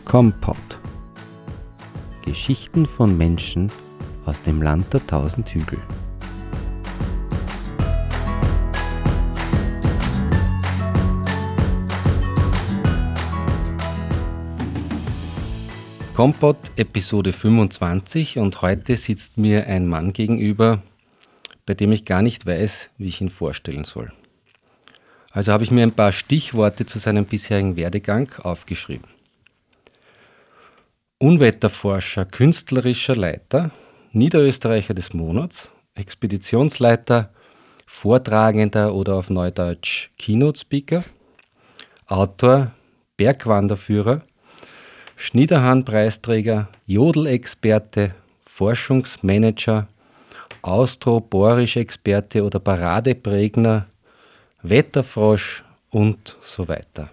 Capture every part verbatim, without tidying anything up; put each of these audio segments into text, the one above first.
Kompott. Geschichten von Menschen aus dem Land der tausend Hügel. Kompott Episode fünfundzwanzig, und heute sitzt mir ein Mann gegenüber, bei dem ich gar nicht weiß, wie ich ihn vorstellen soll. Also habe ich mir ein paar Stichworte zu seinem bisherigen Werdegang aufgeschrieben. Unwetterforscher, künstlerischer Leiter, Niederösterreicher des Monats, Expeditionsleiter, Vortragender oder auf Neudeutsch Keynote-Speaker, Autor, Bergwanderführer, Schniederhahn-Preisträger, Jodel-Experte, Forschungsmanager, Austro-Borisch-Experte oder Paradeprägner, Wetterfrosch und so weiter.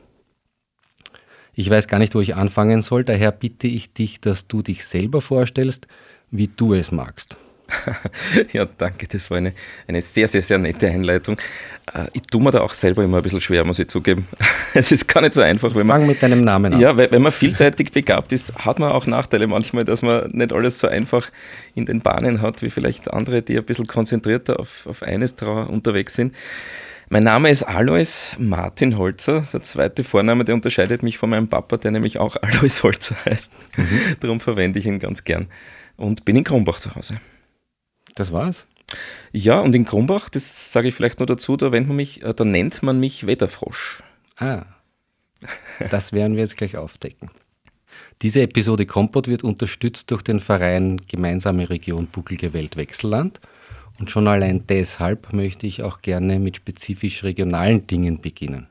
Ich weiß gar nicht, wo ich anfangen soll, daher bitte ich dich, dass du dich selber vorstellst, wie du es magst. Ja, danke, das war eine, eine sehr, sehr, sehr nette Einleitung. Ich tue mir da auch selber immer ein bisschen schwer, muss ich zugeben. Es ist gar nicht so einfach. Wenn Fang man, mit deinem Namen an. Ja, weil, wenn man vielseitig begabt ist, hat man auch Nachteile manchmal, dass man nicht alles so einfach in den Bahnen hat, wie vielleicht andere, die ein bisschen konzentrierter auf, auf eines unterwegs sind. Mein Name ist Alois Martin Holzer. Der zweite Vorname, der unterscheidet mich von meinem Papa, der nämlich auch Alois Holzer heißt. Mhm. Darum verwende ich ihn ganz gern. Und bin in Krumbach zu Hause. Das war's? Ja, und in Krumbach, das sage ich vielleicht nur dazu, da, nennt man mich, da nennt man mich Wetterfrosch. Ah, das werden wir jetzt gleich aufdecken. Diese Episode Kompott wird unterstützt durch den Verein Gemeinsame Region Buckelige Welt Wechselland. Und schon allein deshalb möchte ich auch gerne mit spezifisch regionalen Dingen beginnen.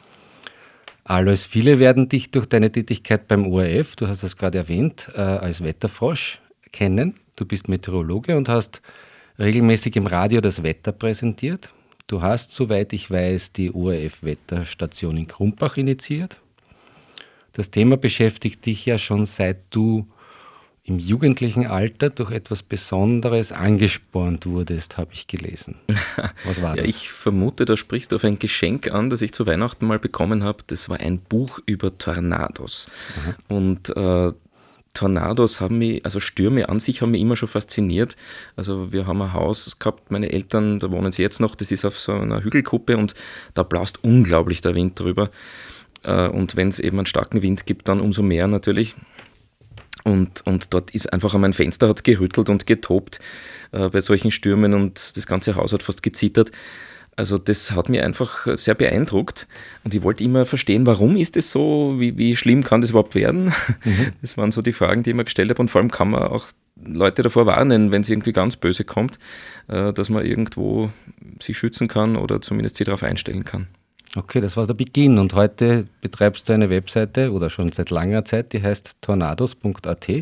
Alois, viele werden dich durch deine Tätigkeit beim O R F, du hast es gerade erwähnt, äh, als Wetterfrosch kennen. Du bist Meteorologe und hast regelmäßig im Radio das Wetter präsentiert. Du hast, soweit ich weiß, die O R F-Wetterstation in Krumbach initiiert. Das Thema beschäftigt dich ja schon, seit du im jugendlichen Alter durch etwas Besonderes angespornt wurdest, habe ich gelesen. Was war das? Ja, ich vermute, da sprichst du auf ein Geschenk an, das ich zu Weihnachten mal bekommen habe. Das war ein Buch über Tornados. Aha. Und äh, Tornados haben mich, also Stürme an sich haben mich immer schon fasziniert. Also wir haben ein Haus gehabt, meine Eltern, da wohnen sie jetzt noch, das ist auf so einer Hügelkuppe und da blast unglaublich der Wind drüber. Äh, und wenn es eben einen starken Wind gibt, dann umso mehr natürlich. Und, und dort ist einfach an mein Fenster hat's gerüttelt und getobt äh, bei solchen Stürmen und das ganze Haus hat fast gezittert. Also das hat mich einfach sehr beeindruckt und ich wollte immer verstehen, warum ist das so, wie, wie schlimm kann das überhaupt werden? Mhm. Das waren so die Fragen, die ich mir gestellt habe und vor allem kann man auch Leute davor warnen, wenn es irgendwie ganz böse kommt, äh, dass man irgendwo sich schützen kann oder zumindest sich darauf einstellen kann. Okay, das war der Beginn und heute betreibst du eine Webseite oder schon seit langer Zeit, die heißt tornados punkt a t.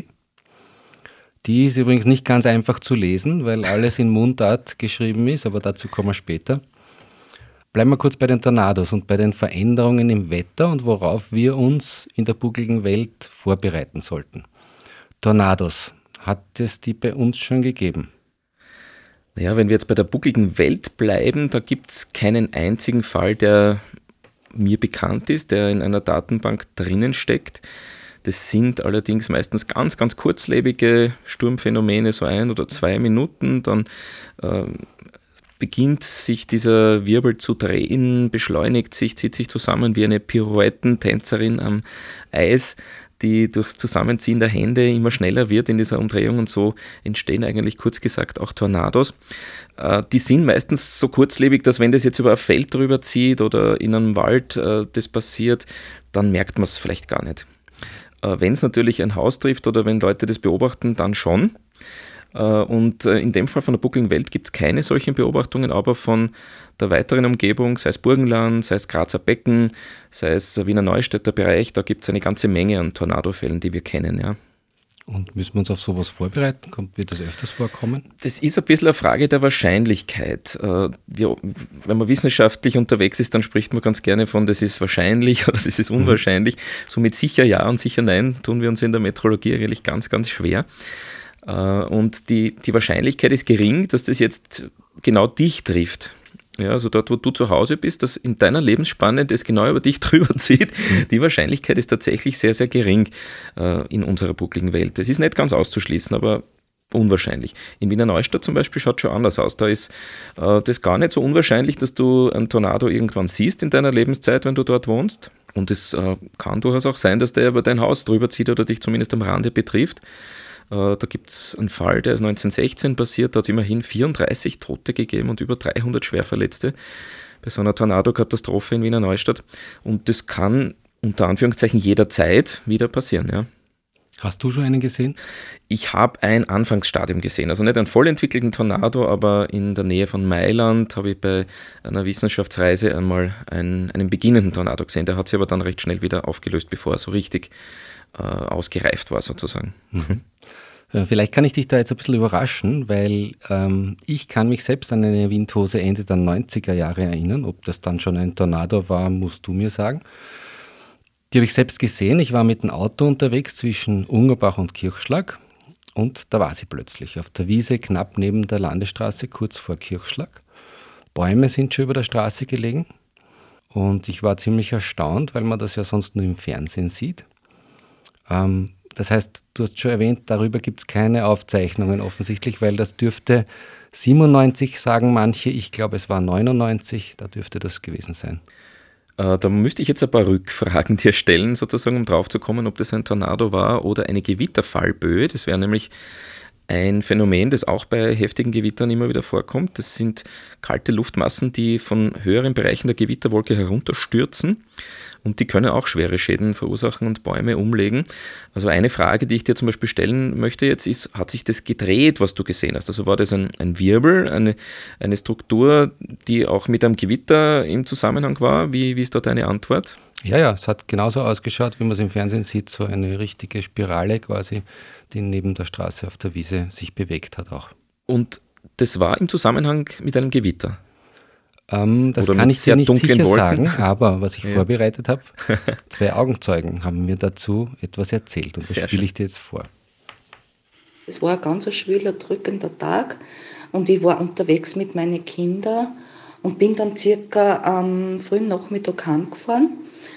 Die ist übrigens nicht ganz einfach zu lesen, weil alles in Mundart geschrieben ist, aber dazu kommen wir später. Bleiben wir kurz bei den Tornados und bei den Veränderungen im Wetter und worauf wir uns in der buckligen Welt vorbereiten sollten. Tornados, hat es die bei uns schon gegeben? Naja, wenn wir jetzt bei der buckligen Welt bleiben, da gibt es keinen einzigen Fall, der mir bekannt ist, der in einer Datenbank drinnen steckt. Das sind allerdings meistens ganz, ganz kurzlebige Sturmphänomene, so ein oder zwei Minuten. Dann äh, beginnt sich dieser Wirbel zu drehen, beschleunigt sich, zieht sich zusammen wie eine Pirouettentänzerin am Eis, die durchs Zusammenziehen der Hände immer schneller wird in dieser Umdrehung und so entstehen eigentlich kurz gesagt auch Tornados. Äh, die sind meistens so kurzlebig, dass wenn das jetzt über ein Feld drüber zieht oder in einem Wald äh, das passiert, dann merkt man es vielleicht gar nicht. Äh, wenn es natürlich ein Haus trifft oder wenn Leute das beobachten, dann schon. Äh, und äh, in dem Fall von der buckligen Welt gibt es keine solchen Beobachtungen, aber von der weiteren Umgebung, sei es Burgenland, sei es Grazer Becken, sei es Wiener Neustädter Bereich, da gibt es eine ganze Menge an Tornadofällen, die wir kennen, ja. Und müssen wir uns auf sowas vorbereiten? Kommt, wird das öfters vorkommen? Das ist ein bisschen eine Frage der Wahrscheinlichkeit. Wir, wenn man wissenschaftlich unterwegs ist, dann spricht man ganz gerne von, das ist wahrscheinlich oder das ist unwahrscheinlich. Mhm. So mit sicher ja und sicher nein tun wir uns in der Meteorologie eigentlich ganz, ganz schwer. Und die, die Wahrscheinlichkeit ist gering, dass das jetzt genau dich trifft. Ja, also dort, wo du zu Hause bist, dass in deiner Lebensspanne das genau über dich drüber zieht, die Wahrscheinlichkeit ist tatsächlich sehr, sehr gering äh, in unserer buckligen Welt. Es ist nicht ganz auszuschließen, aber unwahrscheinlich. In Wiener Neustadt zum Beispiel schaut es schon anders aus. Da ist äh, das gar nicht so unwahrscheinlich, dass du einen Tornado irgendwann siehst in deiner Lebenszeit, wenn du dort wohnst. Und es äh, kann durchaus auch sein, dass der über dein Haus drüber zieht oder dich zumindest am Rande betrifft. Äh, da gibt es einen Fall, der ist neunzehnhundertsechzehn passiert, da hat es immerhin vierunddreißig Tote gegeben und über dreihundert Schwerverletzte bei so einer Tornadokatastrophe in Wiener Neustadt. Und das kann unter Anführungszeichen jederzeit wieder passieren, ja. Hast du schon einen gesehen? Ich habe ein Anfangsstadium gesehen, also nicht einen voll entwickelten Tornado, aber in der Nähe von Mailand habe ich bei einer Wissenschaftsreise einmal einen, einen beginnenden Tornado gesehen. Der hat sich aber dann recht schnell wieder aufgelöst, bevor er so richtig äh, ausgereift war sozusagen. Mhm. Vielleicht kann ich dich da jetzt ein bisschen überraschen, weil ähm, ich kann mich selbst an eine Windhose Ende der neunziger Jahre erinnern. Ob das dann schon ein Tornado war, musst du mir sagen. Die habe ich selbst gesehen. Ich war mit dem Auto unterwegs zwischen Ungerbach und Kirchschlag und da war sie plötzlich auf der Wiese knapp neben der Landesstraße, kurz vor Kirchschlag. Bäume sind schon über der Straße gelegen und ich war ziemlich erstaunt, weil man das ja sonst nur im Fernsehen sieht. Ähm, das heißt, du hast schon erwähnt, darüber gibt es keine Aufzeichnungen offensichtlich, weil das dürfte siebenundneunzig, sagen manche, ich glaube es war neunundneunzig, da dürfte das gewesen sein. Da müsste ich jetzt ein paar Rückfragen dir stellen, sozusagen, um drauf zu kommen, ob das ein Tornado war oder eine Gewitterfallböe. Das wäre nämlich ein Phänomen, das auch bei heftigen Gewittern immer wieder vorkommt. Das sind kalte Luftmassen, die von höheren Bereichen der Gewitterwolke herunterstürzen und die können auch schwere Schäden verursachen und Bäume umlegen. Also eine Frage, die ich dir zum Beispiel stellen möchte jetzt ist, hat sich das gedreht, was du gesehen hast? Also war das ein, ein Wirbel, eine, eine Struktur, die auch mit einem Gewitter im Zusammenhang war? Wie, wie ist da deine Antwort? Ja, ja, es hat genauso ausgeschaut, wie man es im Fernsehen sieht, so eine richtige Spirale quasi, die neben der Straße auf der Wiese sich bewegt hat auch. Und das war im Zusammenhang mit einem Gewitter? Ähm, das Oder kann ich dir nicht sicher Wolken? sagen, aber was ich ja. vorbereitet habe, zwei Augenzeugen haben mir dazu etwas erzählt und das Sehr spiele schön. ich dir jetzt vor. Es war ein ganz schwüler, drückender Tag und ich war unterwegs mit meinen Kindern und bin dann circa am frühen Nachmittag heimgefahren.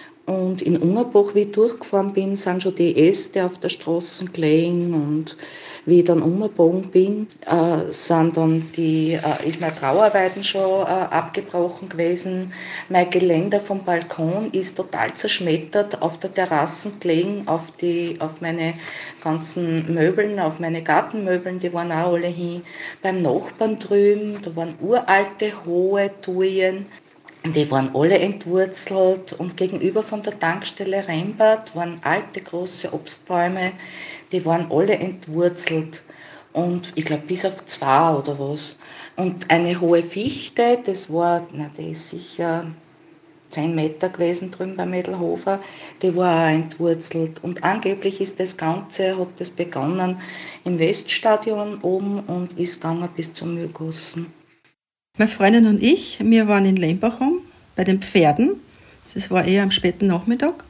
Und in Ungerbach, wie ich durchgefahren bin, sind schon die Äste auf der Straße gelegen und wie ich dann umgebogen bin, äh, sind dann die, äh, ist mein Trauerweiden schon äh, abgebrochen gewesen. Mein Geländer vom Balkon ist total zerschmettert auf der Terrasse gelegen, auf, die, auf meine ganzen Möbeln, auf meine Gartenmöbeln, die waren auch alle hin. Beim Nachbarn drüben, da waren uralte, hohe Thujen. Die waren alle entwurzelt und gegenüber von der Tankstelle Rembert waren alte, große Obstbäume, die waren alle entwurzelt und ich glaube bis auf zwei oder was. Und eine hohe Fichte, das war, na, die ist sicher zehn Meter gewesen drüben bei Mädelhofer, die war auch entwurzelt. Und angeblich ist das Ganze, hat das begonnen im Weststadion oben und ist gegangen bis zum Mühlgossen. Meine Freundin und ich, wir waren in Lembachum bei den Pferden. Das war eher am späten Nachmittag.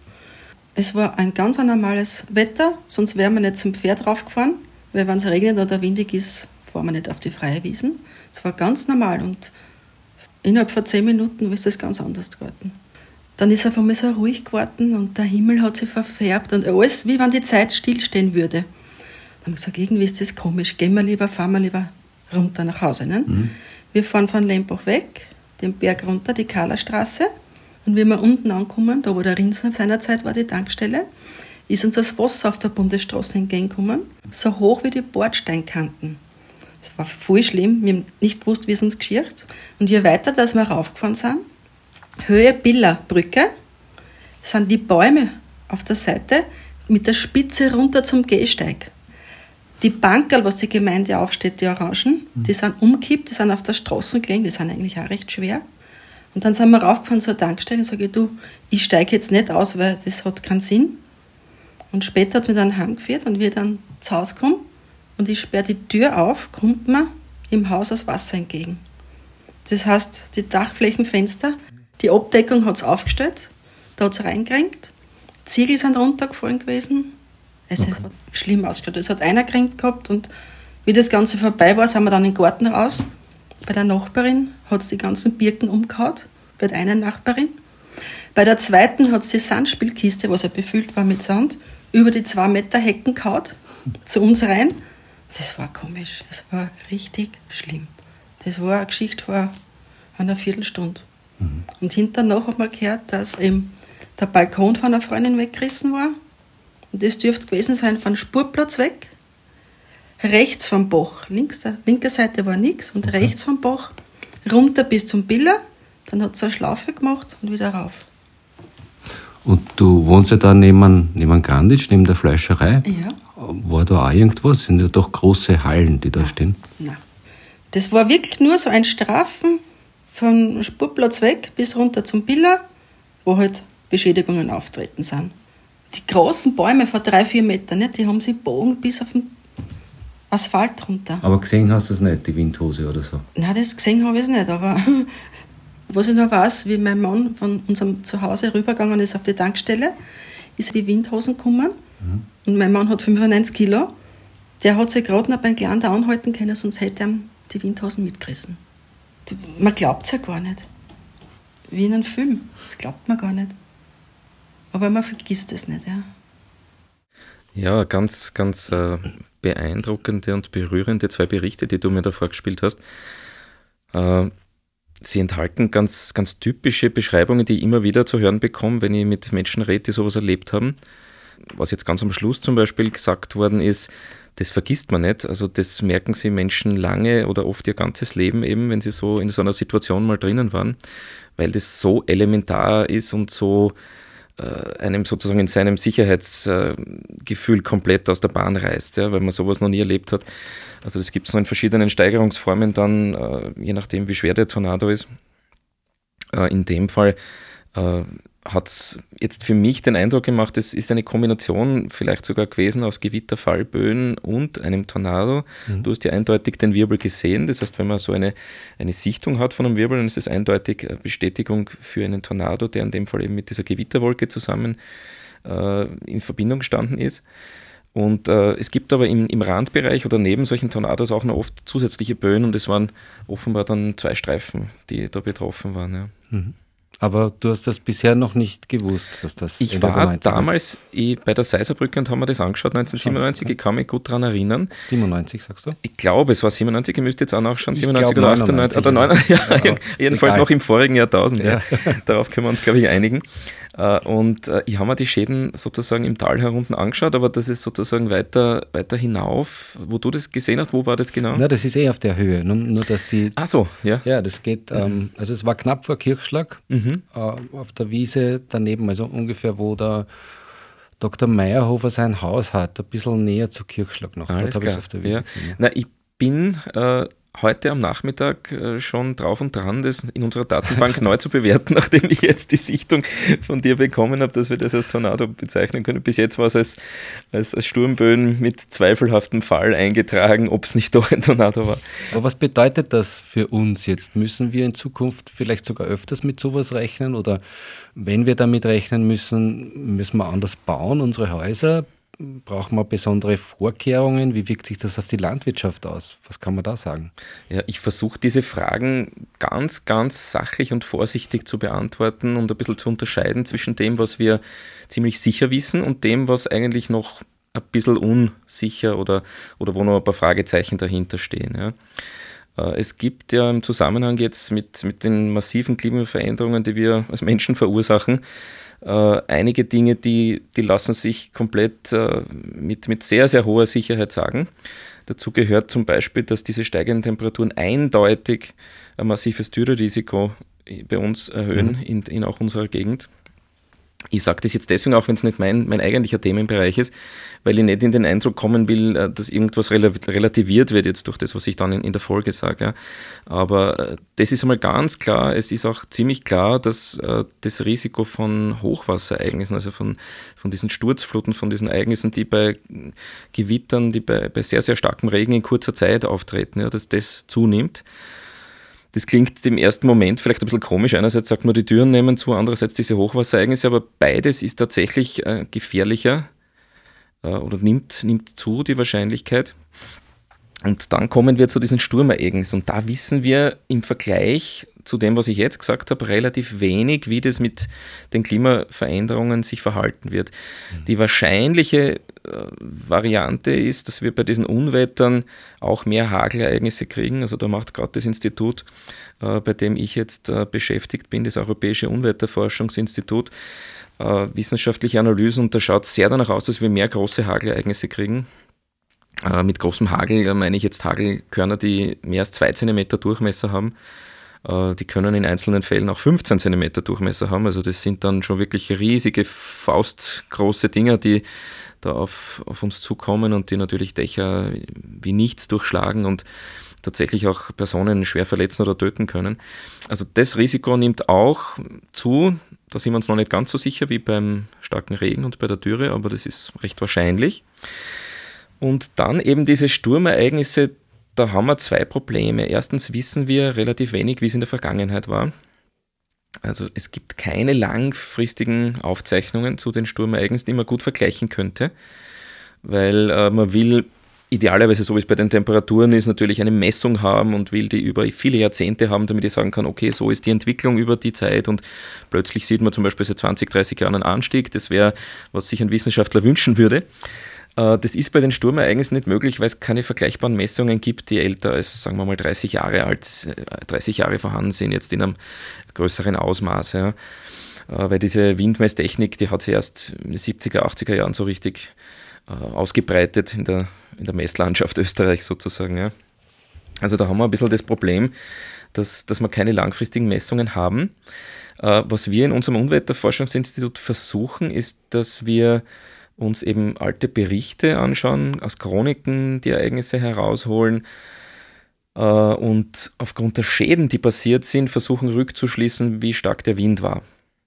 Es war ein ganz normales Wetter, sonst wären wir nicht zum Pferd raufgefahren, weil wenn es regnet oder windig ist, fahren wir nicht auf die freie Wiesen. Es war ganz normal und innerhalb von zehn Minuten ist das ganz anders geworden. Dann ist er von mir so ruhig geworden und der Himmel hat sich verfärbt und alles, wie wenn die Zeit stillstehen würde. Dann haben wir gesagt, irgendwie ist das komisch, gehen wir lieber, fahren wir lieber runter nach Hause. Ne? Mhm. Wir fahren von Lembach weg, den Berg runter, die Kahlerstraße. Und wie wir unten ankommen, da wo der Rinsen seinerzeit war, die Tankstelle, ist uns das Wasser auf der Bundesstraße entgegengekommen, so hoch wie die Bordsteinkanten. Das war voll schlimm, wir haben nicht gewusst, wie es uns geschirrt. Und je weiter, dass wir raufgefahren sind, Höhe Billerbrücke, sind die Bäume auf der Seite mit der Spitze runter zum Gehsteig. Die Bankerl, was die Gemeinde aufsteht, die Orangen, die sind umkippt, die sind auf der Straße gelegen, die sind eigentlich auch recht schwer. Und dann sind wir raufgefahren zur Tankstelle und sage ich, du, ich steige jetzt nicht aus, weil das hat keinen Sinn. Und später hat es mich dann heimgeführt und wir dann zu Hause kommen und ich sperre die Tür auf, kommt mir im Haus das Wasser entgegen. Das heißt, die Dachflächenfenster, die Abdeckung hat es aufgestellt, da hat es reingerenkt, Ziegel sind runtergefallen gewesen. Es okay. hat schlimm ausgeschaut. Es hat einer gekränkt gehabt und wie das Ganze vorbei war, sind wir dann in den Garten raus. Bei der Nachbarin hat es die ganzen Birken umgehauen, bei der einen Nachbarin. Bei der zweiten hat es die Sandspielkiste, was ja befüllt war mit Sand, über die zwei Meter Hecken gehauen, zu uns rein. Das war komisch, es war richtig schlimm. Das war eine Geschichte vor einer Viertelstunde. Mhm. Und hinterher hat man gehört, dass eben der Balkon von einer Freundin weggerissen war. Und das dürfte gewesen sein von Spurplatz weg. Rechts vom Bach, links der linke Seite war nichts und okay. Rechts vom Bach runter bis zum Biller. Dann hat es eine Schlaufe gemacht und wieder rauf. Und du wohnst ja da neben, neben Granditsch, neben der Fleischerei. Ja. War da auch irgendwas? Sind ja doch große Hallen, die da Nein. stehen? Nein. Das war wirklich nur so ein Strafen vom Spurplatz weg bis runter zum Biller, wo halt Beschädigungen auftreten sind. Die großen Bäume von drei, vier Metern, nicht, die haben sich bogen bis auf den Asphalt runter. Aber gesehen hast du es nicht, die Windhose oder so? Nein, das gesehen habe ich es nicht, aber was ich noch weiß, wie mein Mann von unserem Zuhause rübergegangen ist auf die Tankstelle, ist die Windhosen gekommen. Mhm. Und mein Mann hat fünfundneunzig Kilo. Der hat sich gerade noch beim Kleinen da anhalten können, sonst hätte er die Windhosen mitgerissen. Man glaubt es ja gar nicht. Wie in einem Film. Das glaubt man gar nicht. Aber man vergisst es nicht, ja. Ja, ganz, ganz äh, beeindruckende und berührende zwei Berichte, die du mir da vorgespielt hast. Äh, sie enthalten ganz, ganz typische Beschreibungen, die ich immer wieder zu hören bekomme, wenn ich mit Menschen rede, die sowas erlebt haben. Was jetzt ganz am Schluss zum Beispiel gesagt worden ist, das vergisst man nicht. Also das merken sie Menschen lange oder oft ihr ganzes Leben eben, wenn sie so in so einer Situation mal drinnen waren, weil das so elementar ist und so einem sozusagen in seinem Sicherheitsgefühl komplett aus der Bahn reißt, ja, weil man sowas noch nie erlebt hat. Also das gibt es noch in verschiedenen Steigerungsformen dann, je nachdem wie schwer der Tornado ist. In dem Fall hat es jetzt für mich den Eindruck gemacht, es ist eine Kombination vielleicht sogar gewesen aus Gewitter, Fallböen und einem Tornado. Mhm. Du hast ja eindeutig den Wirbel gesehen, das heißt, wenn man so eine, eine Sichtung hat von einem Wirbel, dann ist es eindeutig eine Bestätigung für einen Tornado, der in dem Fall eben mit dieser Gewitterwolke zusammen äh, in Verbindung gestanden ist. Und äh, es gibt aber im, im Randbereich oder neben solchen Tornados auch noch oft zusätzliche Böen und es waren offenbar dann zwei Streifen, die da betroffen waren. Ja. Mhm. Aber du hast das bisher noch nicht gewusst, dass das... Ich war damals eh bei der Seiserbrücke und haben mir das angeschaut, neunzehnhundertsiebenundneunzig, ich kann mich gut daran erinnern. siebenundneunzig, sagst du? Ich glaube, es war siebenundneunzig, ihr müsst jetzt auch nachschauen, ich siebenundneunzig glaub, oder achtundneunzig, oder neunundneunzig, ja, ja, jedenfalls egal. Noch im vorigen Jahrtausend. Ja. Ja. Darauf können wir uns, glaube ich, einigen. Und ich habe mir die Schäden sozusagen im Tal herunten angeschaut, aber das ist sozusagen weiter, weiter hinauf, wo du das gesehen hast, wo war das genau? Na, das ist eh auf der Höhe, nur, nur dass sie... Ach so, ja. Ja, das geht, ähm, also es war knapp vor Kirchschlag, mhm. äh, auf der Wiese daneben, also ungefähr, wo der Doktor Meyerhofer sein Haus hat, ein bisschen näher zu Kirchschlag noch. Alles Dort habe ich es auf der Wiese ja. gesehen. Ja. Na, ich bin... Äh, heute am Nachmittag schon drauf und dran, das in unserer Datenbank neu zu bewerten, nachdem ich jetzt die Sichtung von dir bekommen habe, dass wir das als Tornado bezeichnen können. Bis jetzt war es als, als, als Sturmböen mit zweifelhaftem Fall eingetragen, ob es nicht doch ein Tornado war. Aber was bedeutet das für uns jetzt? Müssen wir in Zukunft vielleicht sogar öfters mit sowas rechnen? Oder wenn wir damit rechnen müssen, müssen wir anders bauen, unsere Häuser? Brauchen wir besondere Vorkehrungen? Wie wirkt sich das auf die Landwirtschaft aus? Was kann man da sagen? Ja, ich versuche diese Fragen ganz, ganz sachlich und vorsichtig zu beantworten und ein bisschen zu unterscheiden zwischen dem, was wir ziemlich sicher wissen und dem, was eigentlich noch ein bisschen unsicher oder, oder wo noch ein paar Fragezeichen dahinter stehen. Ja. Es gibt ja im Zusammenhang jetzt mit, mit den massiven Klimaveränderungen, die wir als Menschen verursachen, Uh, einige Dinge, die, die lassen sich komplett uh, mit, mit sehr, sehr hoher Sicherheit sagen. Dazu gehört zum Beispiel, dass diese steigenden Temperaturen eindeutig ein massives Dürrerisiko bei uns erhöhen, mhm. in, in auch unserer Gegend. Ich sage das jetzt deswegen auch, wenn es nicht mein, mein eigentlicher Themenbereich ist, weil ich nicht in den Eindruck kommen will, dass irgendwas relativiert wird jetzt durch das, was ich dann in, in der Folge sage. Ja. Aber das ist einmal ganz klar, es ist auch ziemlich klar, dass äh, das Risiko von Hochwasserereignissen, also von, von diesen Sturzfluten, von diesen Ereignissen, die bei Gewittern, die bei, bei sehr, sehr starkem Regen in kurzer Zeit auftreten, ja, dass das zunimmt. Das klingt im ersten Moment vielleicht ein bisschen komisch. Einerseits sagt man, die Dürren nehmen zu, andererseits diese Hochwasserereignisse, aber beides ist tatsächlich äh, gefährlicher äh, oder nimmt, nimmt zu, die Wahrscheinlichkeit. Und dann kommen wir zu diesen Sturmereignissen und da wissen wir im Vergleich zu dem, was ich jetzt gesagt habe, relativ wenig, wie das mit den Klimaveränderungen sich verhalten wird. Mhm. Die wahrscheinliche äh, Variante ist, dass wir bei diesen Unwettern auch mehr Hagelereignisse kriegen. Also da macht gerade das Institut, äh, bei dem ich jetzt äh, beschäftigt bin, das Europäische Unwetterforschungsinstitut, äh, wissenschaftliche Analysen, und da schaut es sehr danach aus, dass wir mehr große Hagelereignisse kriegen. Äh, mit großem Hagel äh, meine ich jetzt Hagelkörner, die mehr als zwei Zentimeter Durchmesser haben. Äh, die können in einzelnen Fällen auch fünfzehn Zentimeter Durchmesser haben. Also das sind dann schon wirklich riesige, faustgroße Dinger, die da auf, auf uns zukommen und die natürlich Dächer wie nichts durchschlagen und tatsächlich auch Personen schwer verletzen oder töten können. Also das Risiko nimmt auch zu. Da sind wir uns noch nicht ganz so sicher wie beim starken Regen und bei der Dürre, aber das ist recht wahrscheinlich. Und dann eben diese Sturmereignisse, da haben wir zwei Probleme. Erstens wissen wir relativ wenig, wie es in der Vergangenheit war. Also es gibt keine langfristigen Aufzeichnungen zu den Sturmereignissen, die man gut vergleichen könnte, weil äh, man will idealerweise, so wie es bei den Temperaturen ist, natürlich eine Messung haben und will die über viele Jahrzehnte haben, damit ich sagen kann, okay, so ist die Entwicklung über die Zeit und plötzlich sieht man zum Beispiel seit zwanzig, dreißig Jahren einen Anstieg. Das wäre, was sich ein Wissenschaftler wünschen würde. Das ist bei den Sturmereignissen nicht möglich, weil es keine vergleichbaren Messungen gibt, die älter als, sagen wir mal, dreißig Jahre alt, dreißig Jahre vorhanden sind, jetzt in einem größeren Ausmaß. Ja. Weil diese Windmesstechnik, die hat sich erst in den siebziger, achtziger Jahren so richtig ausgebreitet in der, in der Messlandschaft Österreichs sozusagen. Ja. Also da haben wir ein bisschen das Problem, dass, dass wir keine langfristigen Messungen haben. Was wir in unserem Unwetterforschungsinstitut versuchen, ist, dass wir uns eben alte Berichte anschauen, aus Chroniken die Ereignisse herausholen äh, und aufgrund der Schäden, die passiert sind, versuchen rückzuschließen, wie stark der Wind war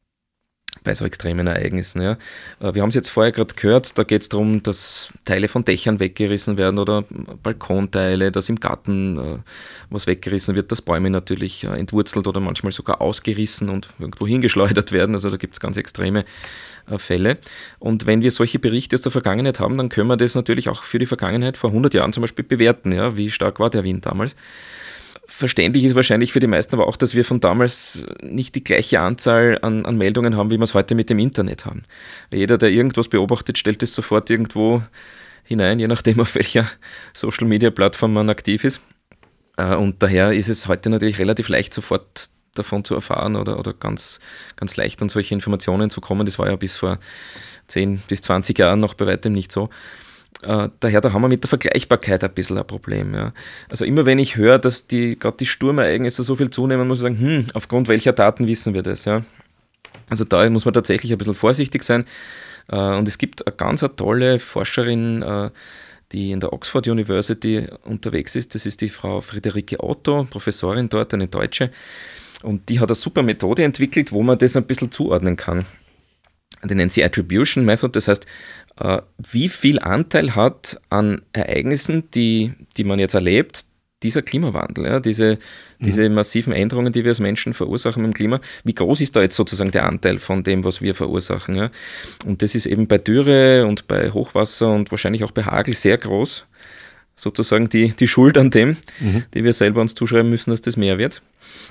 bei so extremen Ereignissen. Ja. Äh, wir haben es jetzt vorher gerade gehört, da geht es darum, dass Teile von Dächern weggerissen werden oder Balkonteile, dass im Garten äh, was weggerissen wird, dass Bäume natürlich äh, entwurzelt oder manchmal sogar ausgerissen und irgendwo hingeschleudert werden. Also da gibt es ganz extreme Fälle. Und wenn wir solche Berichte aus der Vergangenheit haben, dann können wir das natürlich auch für die Vergangenheit vor hundert Jahren zum Beispiel bewerten. Ja, wie stark war der Wind damals? Verständlich ist wahrscheinlich für die meisten aber auch, dass wir von damals nicht die gleiche Anzahl an, an Meldungen haben, wie wir es heute mit dem Internet haben. Weil jeder, der irgendwas beobachtet, stellt es sofort irgendwo hinein, je nachdem, auf welcher Social-Media-Plattform man aktiv ist. Und daher ist es heute natürlich relativ leicht, sofort davon zu erfahren oder, oder ganz, ganz leicht an solche Informationen zu kommen. Das war ja bis vor zehn bis zwanzig Jahren noch bei weitem nicht so. Äh, daher, da haben wir mit der Vergleichbarkeit ein bisschen ein Problem. Ja. Also immer wenn ich höre, dass die gerade die Sturmereignisse so viel zunehmen, muss ich sagen, hm, aufgrund welcher Daten wissen wir das? Ja. Also da muss man tatsächlich ein bisschen vorsichtig sein. Äh, und es gibt eine ganz eine tolle Forscherin, äh, die in der Oxford University unterwegs ist. Das ist die Frau Friederike Otto, Professorin dort, eine Deutsche. Und die hat eine super Methode entwickelt, wo man das ein bisschen zuordnen kann. Die nennt sie Attribution Method. Das heißt, wie viel Anteil hat an Ereignissen, die, die man jetzt erlebt, dieser Klimawandel, ja, diese, mhm. diese massiven Änderungen, die wir als Menschen verursachen im Klima, wie groß ist da jetzt sozusagen der Anteil von dem, was wir verursachen? Ja? Und das ist eben bei Dürre und bei Hochwasser und wahrscheinlich auch bei Hagel sehr groß. Sozusagen die, die Schuld an dem, mhm. die wir selber uns zuschreiben müssen, dass das mehr wird.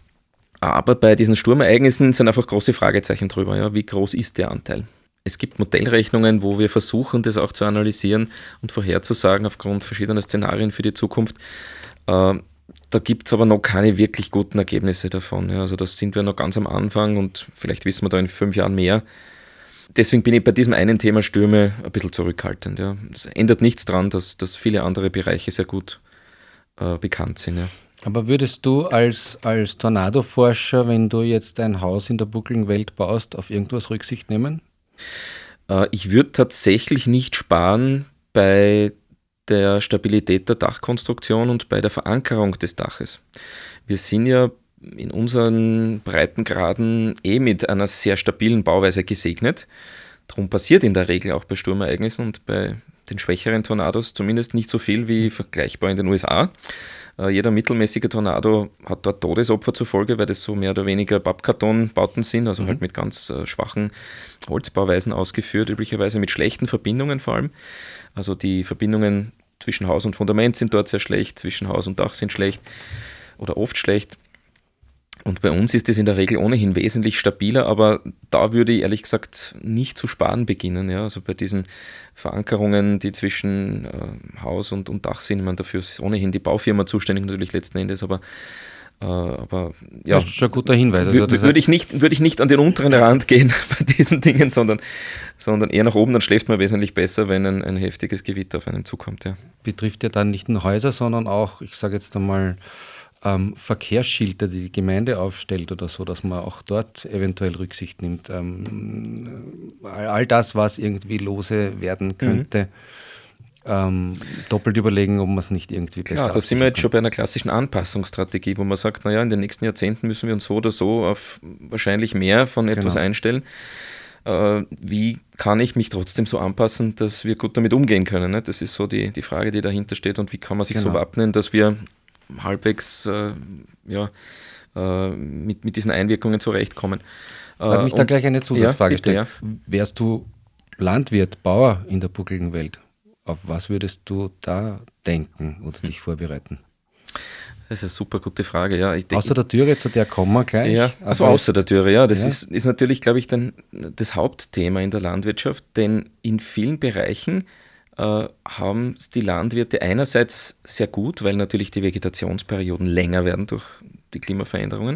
Aber bei diesen Sturmereignissen sind einfach große Fragezeichen drüber. Ja? Wie groß ist der Anteil? Es gibt Modellrechnungen, wo wir versuchen, das auch zu analysieren und vorherzusagen aufgrund verschiedener Szenarien für die Zukunft. Äh, da gibt es aber noch keine wirklich guten Ergebnisse davon. Ja? Also das sind wir noch ganz am Anfang und vielleicht wissen wir da in fünf Jahren mehr. Deswegen bin ich bei diesem einen Thema Stürme ein bisschen zurückhaltend. Ja? Es ändert nichts daran, dass, dass viele andere Bereiche sehr gut äh, bekannt sind. Ja. Aber würdest du als, als Tornadoforscher, wenn du jetzt ein Haus in der buckligen Welt baust, auf irgendwas Rücksicht nehmen? Äh, ich würde tatsächlich nicht sparen bei der Stabilität der Dachkonstruktion und bei der Verankerung des Daches. Wir sind ja in unseren Breitengraden eh mit einer sehr stabilen Bauweise gesegnet. Darum passiert in der Regel auch bei Sturmereignissen und bei den schwächeren Tornados zumindest nicht so viel wie vergleichbar in den U S A. Äh, jeder mittelmäßige Tornado hat dort Todesopfer zur Folge, weil das so mehr oder weniger Pappkartonbauten sind, also mhm. halt mit ganz äh, schwachen Holzbauweisen ausgeführt, üblicherweise mit schlechten Verbindungen vor allem. Also die Verbindungen zwischen Haus und Fundament sind dort sehr schlecht, zwischen Haus und Dach sind schlecht oder oft schlecht. Und bei uns ist es in der Regel ohnehin wesentlich stabiler, aber da würde ich ehrlich gesagt nicht zu sparen beginnen. Ja? Also bei diesen Verankerungen, die zwischen äh, Haus und, und Dach sind, ich meine, dafür ist ohnehin die Baufirma zuständig natürlich letzten Endes, aber, äh, aber ja. Das ist schon ein guter Hinweis. Also Würde würd ich, nicht, würd ich nicht an den unteren Rand gehen bei diesen Dingen, sondern, sondern eher nach oben, dann schläft man wesentlich besser, wenn ein, ein heftiges Gewitter auf einen zukommt. Ja. Betrifft ja dann nicht nur Häuser, sondern auch, ich sage jetzt einmal, Ähm, Verkehrsschilder, die die Gemeinde aufstellt oder so, dass man auch dort eventuell Rücksicht nimmt. Ähm, all, all das, was irgendwie lose werden könnte, mhm. ähm, doppelt überlegen, ob man es nicht irgendwie besser Ja, da sind wir jetzt schon bei einer klassischen Anpassungsstrategie, wo man sagt, naja, in den nächsten Jahrzehnten müssen wir uns so oder so auf wahrscheinlich mehr von etwas genau. einstellen. Äh, wie kann ich mich trotzdem so anpassen, dass wir gut damit umgehen können? Ne? Das ist so die, die Frage, die dahinter steht, und wie kann man sich genau. so wappnen, dass wir halbwegs äh, ja, äh, mit, mit diesen Einwirkungen zurechtkommen. Lass mich und, da gleich eine Zusatzfrage ja, bitte, stellen. Ja. Wärst du Landwirt, Bauer in der buckligen Welt, auf was würdest du da denken oder hm. dich vorbereiten? Das ist eine super gute Frage. Ja, ich außer der Türe, zu der kommen wir gleich. Ja, also außer der Türe, ja. Das ja. Ist, ist natürlich, glaube ich, dann das Hauptthema in der Landwirtschaft, denn in vielen Bereichen Uh, haben es die Landwirte einerseits sehr gut, weil natürlich die Vegetationsperioden länger werden durch die Klimaveränderungen.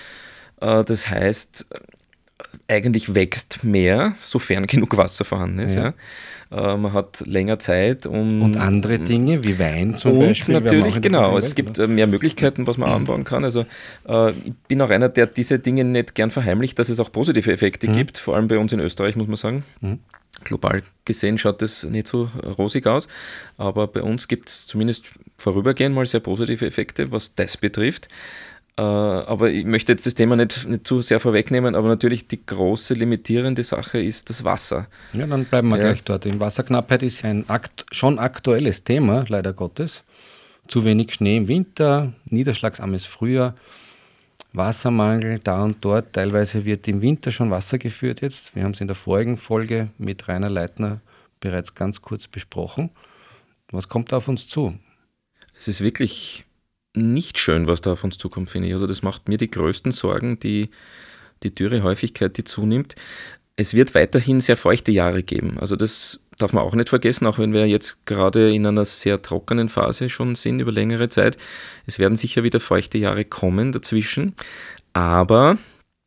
Uh, das heißt, eigentlich wächst mehr, sofern genug Wasser vorhanden ist. Ja. Ja. Uh, man hat länger Zeit, um... Und andere Dinge, wie Wein zum und Beispiel. Und natürlich, genau, es gibt oder? mehr Möglichkeiten, was man mhm. anbauen kann. Also uh, ich bin auch einer, der diese Dinge nicht gern verheimlicht, dass es auch positive Effekte mhm. gibt, vor allem bei uns in Österreich, muss man sagen. Mhm. Global gesehen schaut das nicht so rosig aus, aber bei uns gibt es zumindest vorübergehend mal sehr positive Effekte, was das betrifft. Äh, aber ich möchte jetzt das Thema nicht, nicht zu sehr vorwegnehmen, aber natürlich die große limitierende Sache ist das Wasser. Ja, dann bleiben wir ja. gleich dort. Die Wasserknappheit ist ein akt, schon aktuelles Thema, leider Gottes. Zu wenig Schnee im Winter, niederschlagsarmes Frühjahr. Wassermangel da und dort, teilweise wird im Winter schon Wasser geführt jetzt. Wir haben es in der vorigen Folge mit Rainer Leitner bereits ganz kurz besprochen. Was kommt da auf uns zu? Es ist wirklich nicht schön, was da auf uns zukommt, finde ich. Also das macht mir die größten Sorgen, die, die Dürrehäufigkeit, die zunimmt. Es wird weiterhin sehr feuchte Jahre geben. Also das darf man auch nicht vergessen, auch wenn wir jetzt gerade in einer sehr trockenen Phase schon sind über längere Zeit. Es werden sicher wieder feuchte Jahre kommen dazwischen. Aber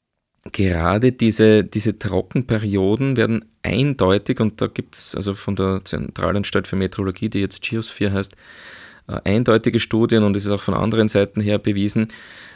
gerade diese, diese Trockenperioden werden eindeutig, und da gibt es also von der Zentralanstalt für Meteorologie, die jetzt Geosphere heißt, eindeutige Studien, und es ist auch von anderen Seiten her bewiesen,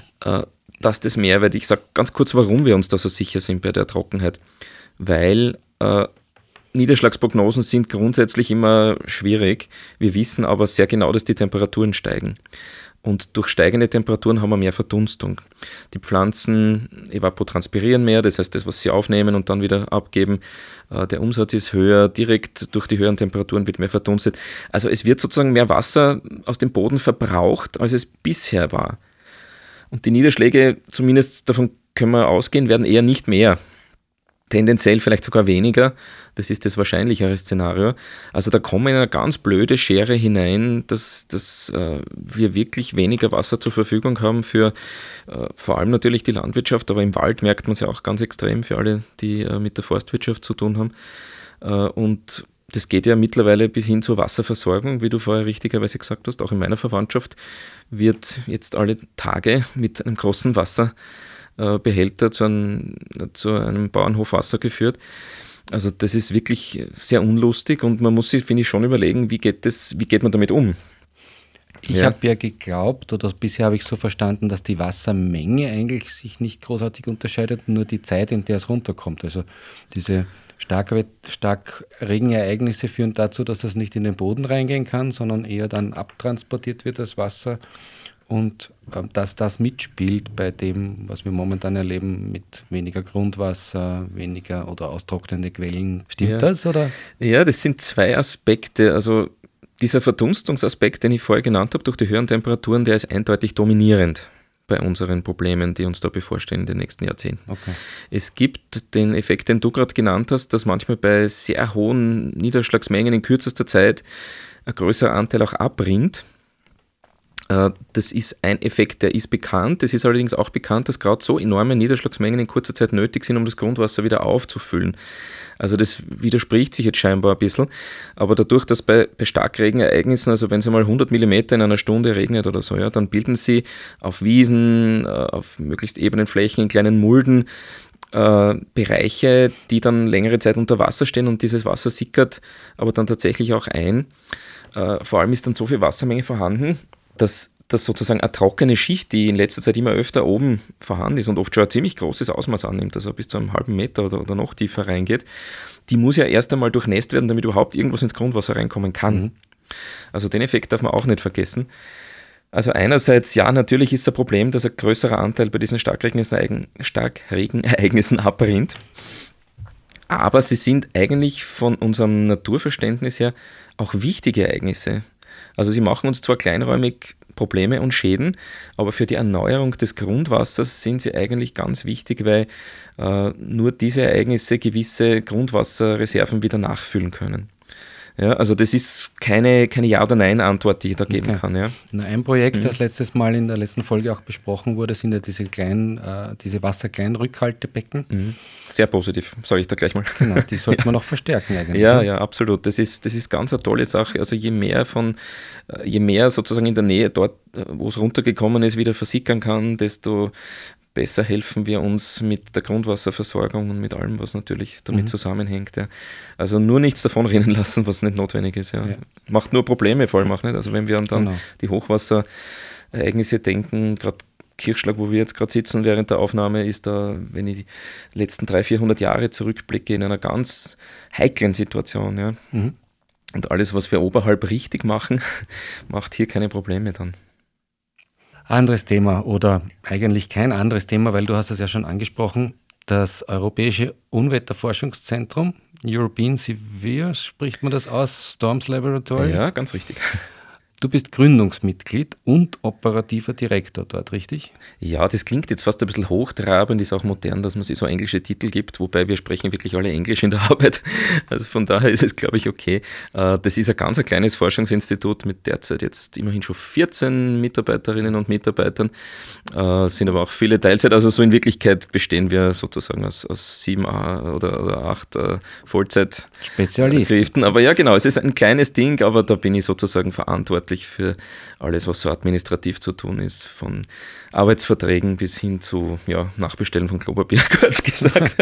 dass das mehr wird. Ich sage ganz kurz, warum wir uns da so sicher sind bei der Trockenheit. Weil äh, Niederschlagsprognosen sind grundsätzlich immer schwierig. Wir wissen aber sehr genau, dass die Temperaturen steigen. Und durch steigende Temperaturen haben wir mehr Verdunstung. Die Pflanzen evapotranspirieren mehr, das heißt, das, was sie aufnehmen und dann wieder abgeben, äh, der Umsatz ist höher, direkt durch die höheren Temperaturen wird mehr verdunstet. Also es wird sozusagen mehr Wasser aus dem Boden verbraucht, als es bisher war. Und die Niederschläge, zumindest davon können wir ausgehen, werden eher nicht mehr. Tendenziell vielleicht sogar weniger. Das ist das wahrscheinlichere Szenario. Also da kommen wir in eine ganz blöde Schere hinein, dass, dass äh, wir wirklich weniger Wasser zur Verfügung haben für äh, vor allem natürlich die Landwirtschaft, aber im Wald merkt man es ja auch ganz extrem für alle, die äh, mit der Forstwirtschaft zu tun haben. Äh, und das geht ja mittlerweile bis hin zur Wasserversorgung, wie du vorher richtigerweise gesagt hast. Auch in meiner Verwandtschaft wird jetzt alle Tage mit einem großen Wasserbehälter zu einem, zu einem Bauernhof Wasser geführt. Also das ist wirklich sehr unlustig, und man muss sich, finde ich, schon überlegen, wie geht das, wie geht man damit um? Ich ja. habe ja geglaubt, oder bisher habe ich so verstanden, dass die Wassermenge eigentlich sich nicht großartig unterscheidet, nur die Zeit, in der es runterkommt. Also diese Stark, Starkregenereignisse führen dazu, dass das nicht in den Boden reingehen kann, sondern eher dann abtransportiert wird, das Wasser. Und äh, dass das mitspielt bei dem, was wir momentan erleben, mit weniger Grundwasser, weniger oder austrocknende Quellen. Stimmt ja. das? Oder? Ja, das sind zwei Aspekte. Also dieser Verdunstungsaspekt, den ich vorher genannt habe, durch die höheren Temperaturen, der ist eindeutig dominierend bei unseren Problemen, die uns da bevorstehen in den nächsten Jahrzehnten. Okay. Es gibt den Effekt, den du gerade genannt hast, dass manchmal bei sehr hohen Niederschlagsmengen in kürzester Zeit ein größerer Anteil auch abrinnt. Das ist ein Effekt, der ist bekannt. Es ist allerdings auch bekannt, dass gerade so enorme Niederschlagsmengen in kurzer Zeit nötig sind, um das Grundwasser wieder aufzufüllen. Also das widerspricht sich jetzt scheinbar ein bisschen. Aber dadurch, dass bei, bei Starkregenereignissen, also wenn es einmal hundert Millimeter in einer Stunde regnet oder so, ja, dann bilden sie auf Wiesen, auf möglichst ebenen Flächen, in kleinen Mulden, äh, Bereiche, die dann längere Zeit unter Wasser stehen und dieses Wasser sickert aber dann tatsächlich auch ein. Äh, vor allem ist dann so viel Wassermenge vorhanden, dass das sozusagen eine trockene Schicht, die in letzter Zeit immer öfter oben vorhanden ist und oft schon ein ziemlich großes Ausmaß annimmt, also bis zu einem halben Meter oder, oder noch tiefer reingeht, die muss ja erst einmal durchnässt werden, damit überhaupt irgendwas ins Grundwasser reinkommen kann. Mhm. Also den Effekt darf man auch nicht vergessen. Also einerseits, ja, natürlich ist es ein Problem, dass ein größerer Anteil bei diesen Starkregenereignissen abrinnt, aber sie sind eigentlich von unserem Naturverständnis her auch wichtige Ereignisse. Also sie machen uns zwar kleinräumig Probleme und Schäden, aber für die Erneuerung des Grundwassers sind sie eigentlich ganz wichtig, weil äh, nur diese Ereignisse gewisse Grundwasserreserven wieder nachfüllen können. Ja, also das ist keine, keine Ja- oder Nein-Antwort, die ich da geben okay. kann. Ja. Ein Projekt, mhm. das letztes Mal in der letzten Folge auch besprochen wurde, sind ja diese kleinen, äh, diese Wasserkleinrückhaltebecken. Mhm. Sehr positiv, sage ich da gleich mal. Genau, die sollte man noch verstärken eigentlich. Ja, ja, absolut. Das ist, das ist ganz eine tolle Sache. Also je mehr von, je mehr sozusagen in der Nähe dort, wo es runtergekommen ist, wieder versickern kann, desto besser helfen wir uns mit der Grundwasserversorgung und mit allem, was natürlich damit mhm. zusammenhängt. Ja. Also nur nichts davon rennen lassen, was nicht notwendig ist. Ja. Ja. Macht nur Probleme vor allem auch nicht. Also wenn wir an dann genau. die Hochwasserereignisse denken, gerade Kirchschlag, wo wir jetzt gerade sitzen während der Aufnahme, ist da, wenn ich die letzten dreihundert, vierhundert Jahre zurückblicke, in einer ganz heiklen Situation. Ja. Mhm. Und alles, was wir oberhalb richtig machen, macht hier keine Probleme dann. Anderes Thema oder eigentlich kein anderes Thema, weil du hast es ja schon angesprochen, das Europäische Unwetterforschungszentrum, European Severe, spricht man das aus, Storms Laboratory? Ja, ganz richtig. Du bist Gründungsmitglied und operativer Direktor dort, richtig? Ja, das klingt jetzt fast ein bisschen hochtrabend, ist auch modern, dass man sich so englische Titel gibt, wobei wir sprechen wirklich alle Englisch in der Arbeit. Also von daher ist es, glaube ich, okay. Das ist ein ganz ein kleines Forschungsinstitut mit derzeit jetzt immerhin schon vierzehn Mitarbeiterinnen und Mitarbeitern, sind aber auch viele Teilzeit. Also so in Wirklichkeit bestehen wir sozusagen aus, aus sieben oder, oder acht Vollzeit-Spezialisten. Aber ja, genau, es ist ein kleines Ding, aber da bin ich sozusagen verantwortlich für alles, was so administrativ zu tun ist, von Arbeitsverträgen bis hin zu ja, Nachbestellen von Klopapier, kurz gesagt.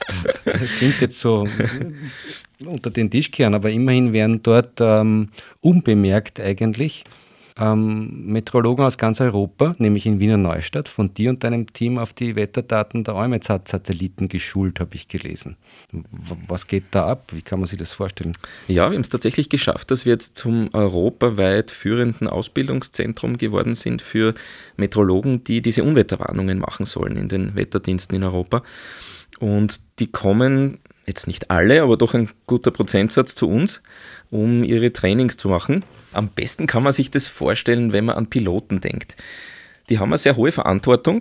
Klingt jetzt so unter den Tisch kehren, aber immerhin werden dort ähm, unbemerkt eigentlich ähm, Meteorologen aus ganz Europa, nämlich in Wiener Neustadt, von dir und deinem Team auf die Wetterdaten der EUMETSAT-Satelliten geschult, habe ich gelesen. Was geht da ab? Wie kann man sich das vorstellen? Ja, wir haben es tatsächlich geschafft, dass wir jetzt zum europaweit führenden Ausbildungszentrum geworden sind für Meteorologen, die diese Unwetterwarnungen machen sollen in den Wetterdiensten in Europa. Und die kommen, jetzt nicht alle, aber doch ein guter Prozentsatz zu uns, um ihre Trainings zu machen. Am besten kann man sich das vorstellen, wenn man an Piloten denkt. Die haben eine sehr hohe Verantwortung,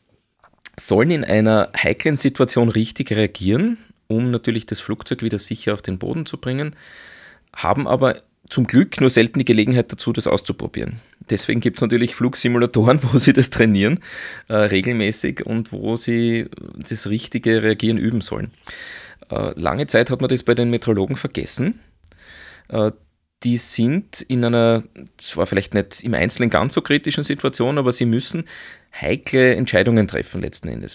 sollen in einer heiklen Situation richtig reagieren, um natürlich das Flugzeug wieder sicher auf den Boden zu bringen, haben aber zum Glück nur selten die Gelegenheit dazu, das auszuprobieren. Deswegen gibt es natürlich Flugsimulatoren, wo sie das trainieren, äh, regelmäßig und wo sie das richtige Reagieren üben sollen. Äh, lange Zeit hat man das bei den Meteorologen vergessen. Äh, die sind in einer, zwar vielleicht nicht im Einzelnen ganz so kritischen Situation, aber sie müssen heikle Entscheidungen treffen letzten Endes.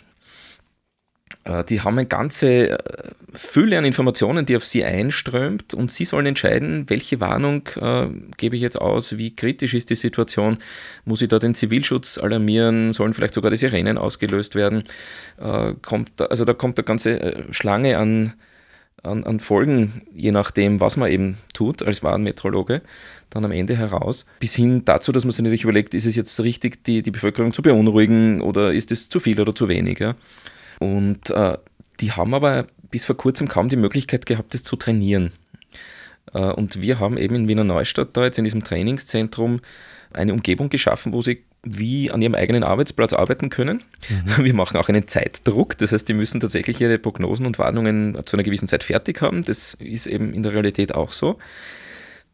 Die haben eine ganze Fülle an Informationen, die auf sie einströmt und sie sollen entscheiden, welche Warnung äh, gebe ich jetzt aus, wie kritisch ist die Situation, muss ich da den Zivilschutz alarmieren, sollen vielleicht sogar die Sirenen ausgelöst werden. Äh, kommt da, also da kommt eine ganze Schlange an, an, an Folgen, je nachdem, was man eben tut als Warnmeteorologe, dann am Ende heraus, bis hin dazu, dass man sich natürlich überlegt, ist es jetzt richtig, die, die Bevölkerung zu beunruhigen oder ist es zu viel oder zu wenig, ja? Und äh, die haben aber bis vor kurzem kaum die Möglichkeit gehabt, das zu trainieren. Äh, und wir haben eben in Wiener Neustadt da jetzt in diesem Trainingszentrum eine Umgebung geschaffen, wo sie wie an ihrem eigenen Arbeitsplatz arbeiten können. Mhm. Wir machen auch einen Zeitdruck, das heißt, die müssen tatsächlich ihre Prognosen und Warnungen zu einer gewissen Zeit fertig haben. Das ist eben in der Realität auch so.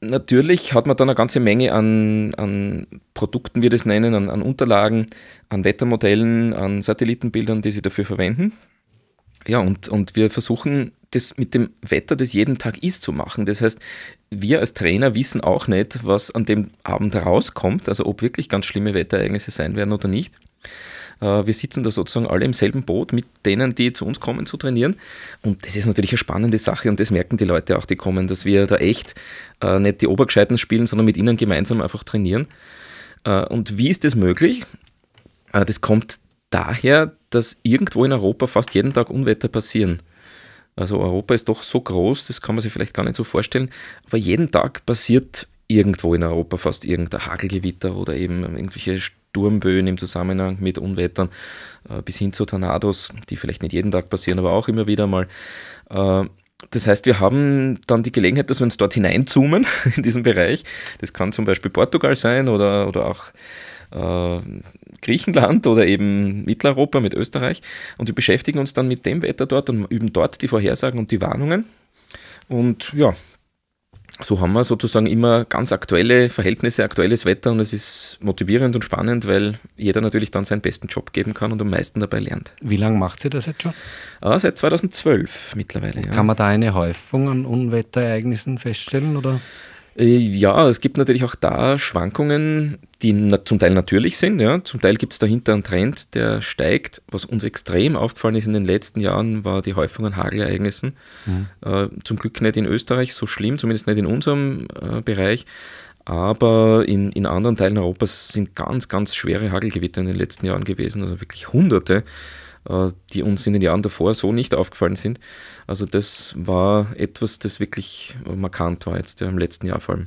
natürlich hat man dann eine ganze Menge an, an Produkten, wie wir das nennen, an, an Unterlagen, an Wettermodellen, an Satellitenbildern, die sie dafür verwenden. Ja, und, und wir versuchen, das mit dem Wetter, das jeden Tag ist, zu machen. Das heißt, wir als Trainer wissen auch nicht, was an dem Abend rauskommt, also ob wirklich ganz schlimme Wetterereignisse sein werden oder nicht. Wir sitzen da sozusagen alle im selben Boot mit denen, die zu uns kommen zu trainieren. Und das ist natürlich eine spannende Sache und das merken die Leute auch, die kommen, dass wir da echt äh, nicht die Obergescheiten spielen, sondern mit ihnen gemeinsam einfach trainieren. Äh, und wie ist das möglich? Äh, das kommt daher, dass irgendwo in Europa fast jeden Tag Unwetter passieren. Also Europa ist doch so groß, das kann man sich vielleicht gar nicht so vorstellen, aber jeden Tag passiert irgendwo in Europa fast irgendein Hagelgewitter oder eben irgendwelche Sturmböen im Zusammenhang mit Unwettern äh, bis hin zu Tornados, die vielleicht nicht jeden Tag passieren, aber auch immer wieder mal. Äh, das heißt, wir haben dann die Gelegenheit, dass wir uns dort hineinzoomen in diesem Bereich. Das kann zum Beispiel Portugal sein oder, oder auch äh, Griechenland oder eben Mitteleuropa mit Österreich. Und wir beschäftigen uns dann mit dem Wetter dort und üben dort die Vorhersagen und die Warnungen. Und ja, so haben wir sozusagen immer ganz aktuelle Verhältnisse, aktuelles Wetter und es ist motivierend und spannend, weil jeder natürlich dann seinen besten Job geben kann und am meisten dabei lernt. Wie lange macht sie das jetzt schon? Ah, seit zweitausendzwölf mittlerweile. Ja. Kann man da eine Häufung an Unwetterereignissen feststellen, oder? Ja, es gibt natürlich auch da Schwankungen, die zum Teil natürlich sind. Ja. Zum Teil gibt es dahinter einen Trend, der steigt. Was uns extrem aufgefallen ist in den letzten Jahren, war die Häufung an Hagelereignissen. Mhm. Äh, zum Glück nicht in Österreich so schlimm, zumindest nicht in unserem äh, Bereich. Aber in, in anderen Teilen Europas sind ganz, ganz schwere Hagelgewitter in den letzten Jahren gewesen. Also wirklich Hunderte, äh, die uns in den Jahren davor so nicht aufgefallen sind. Also das war etwas, das wirklich markant war jetzt ja, im letzten Jahr vor allem.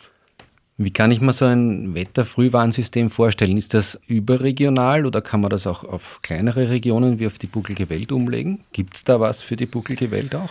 Wie kann ich mir so ein Wetterfrühwarnsystem vorstellen? Ist das überregional oder kann man das auch auf kleinere Regionen wie auf die bucklige Welt umlegen? Gibt es da was für die bucklige Welt auch?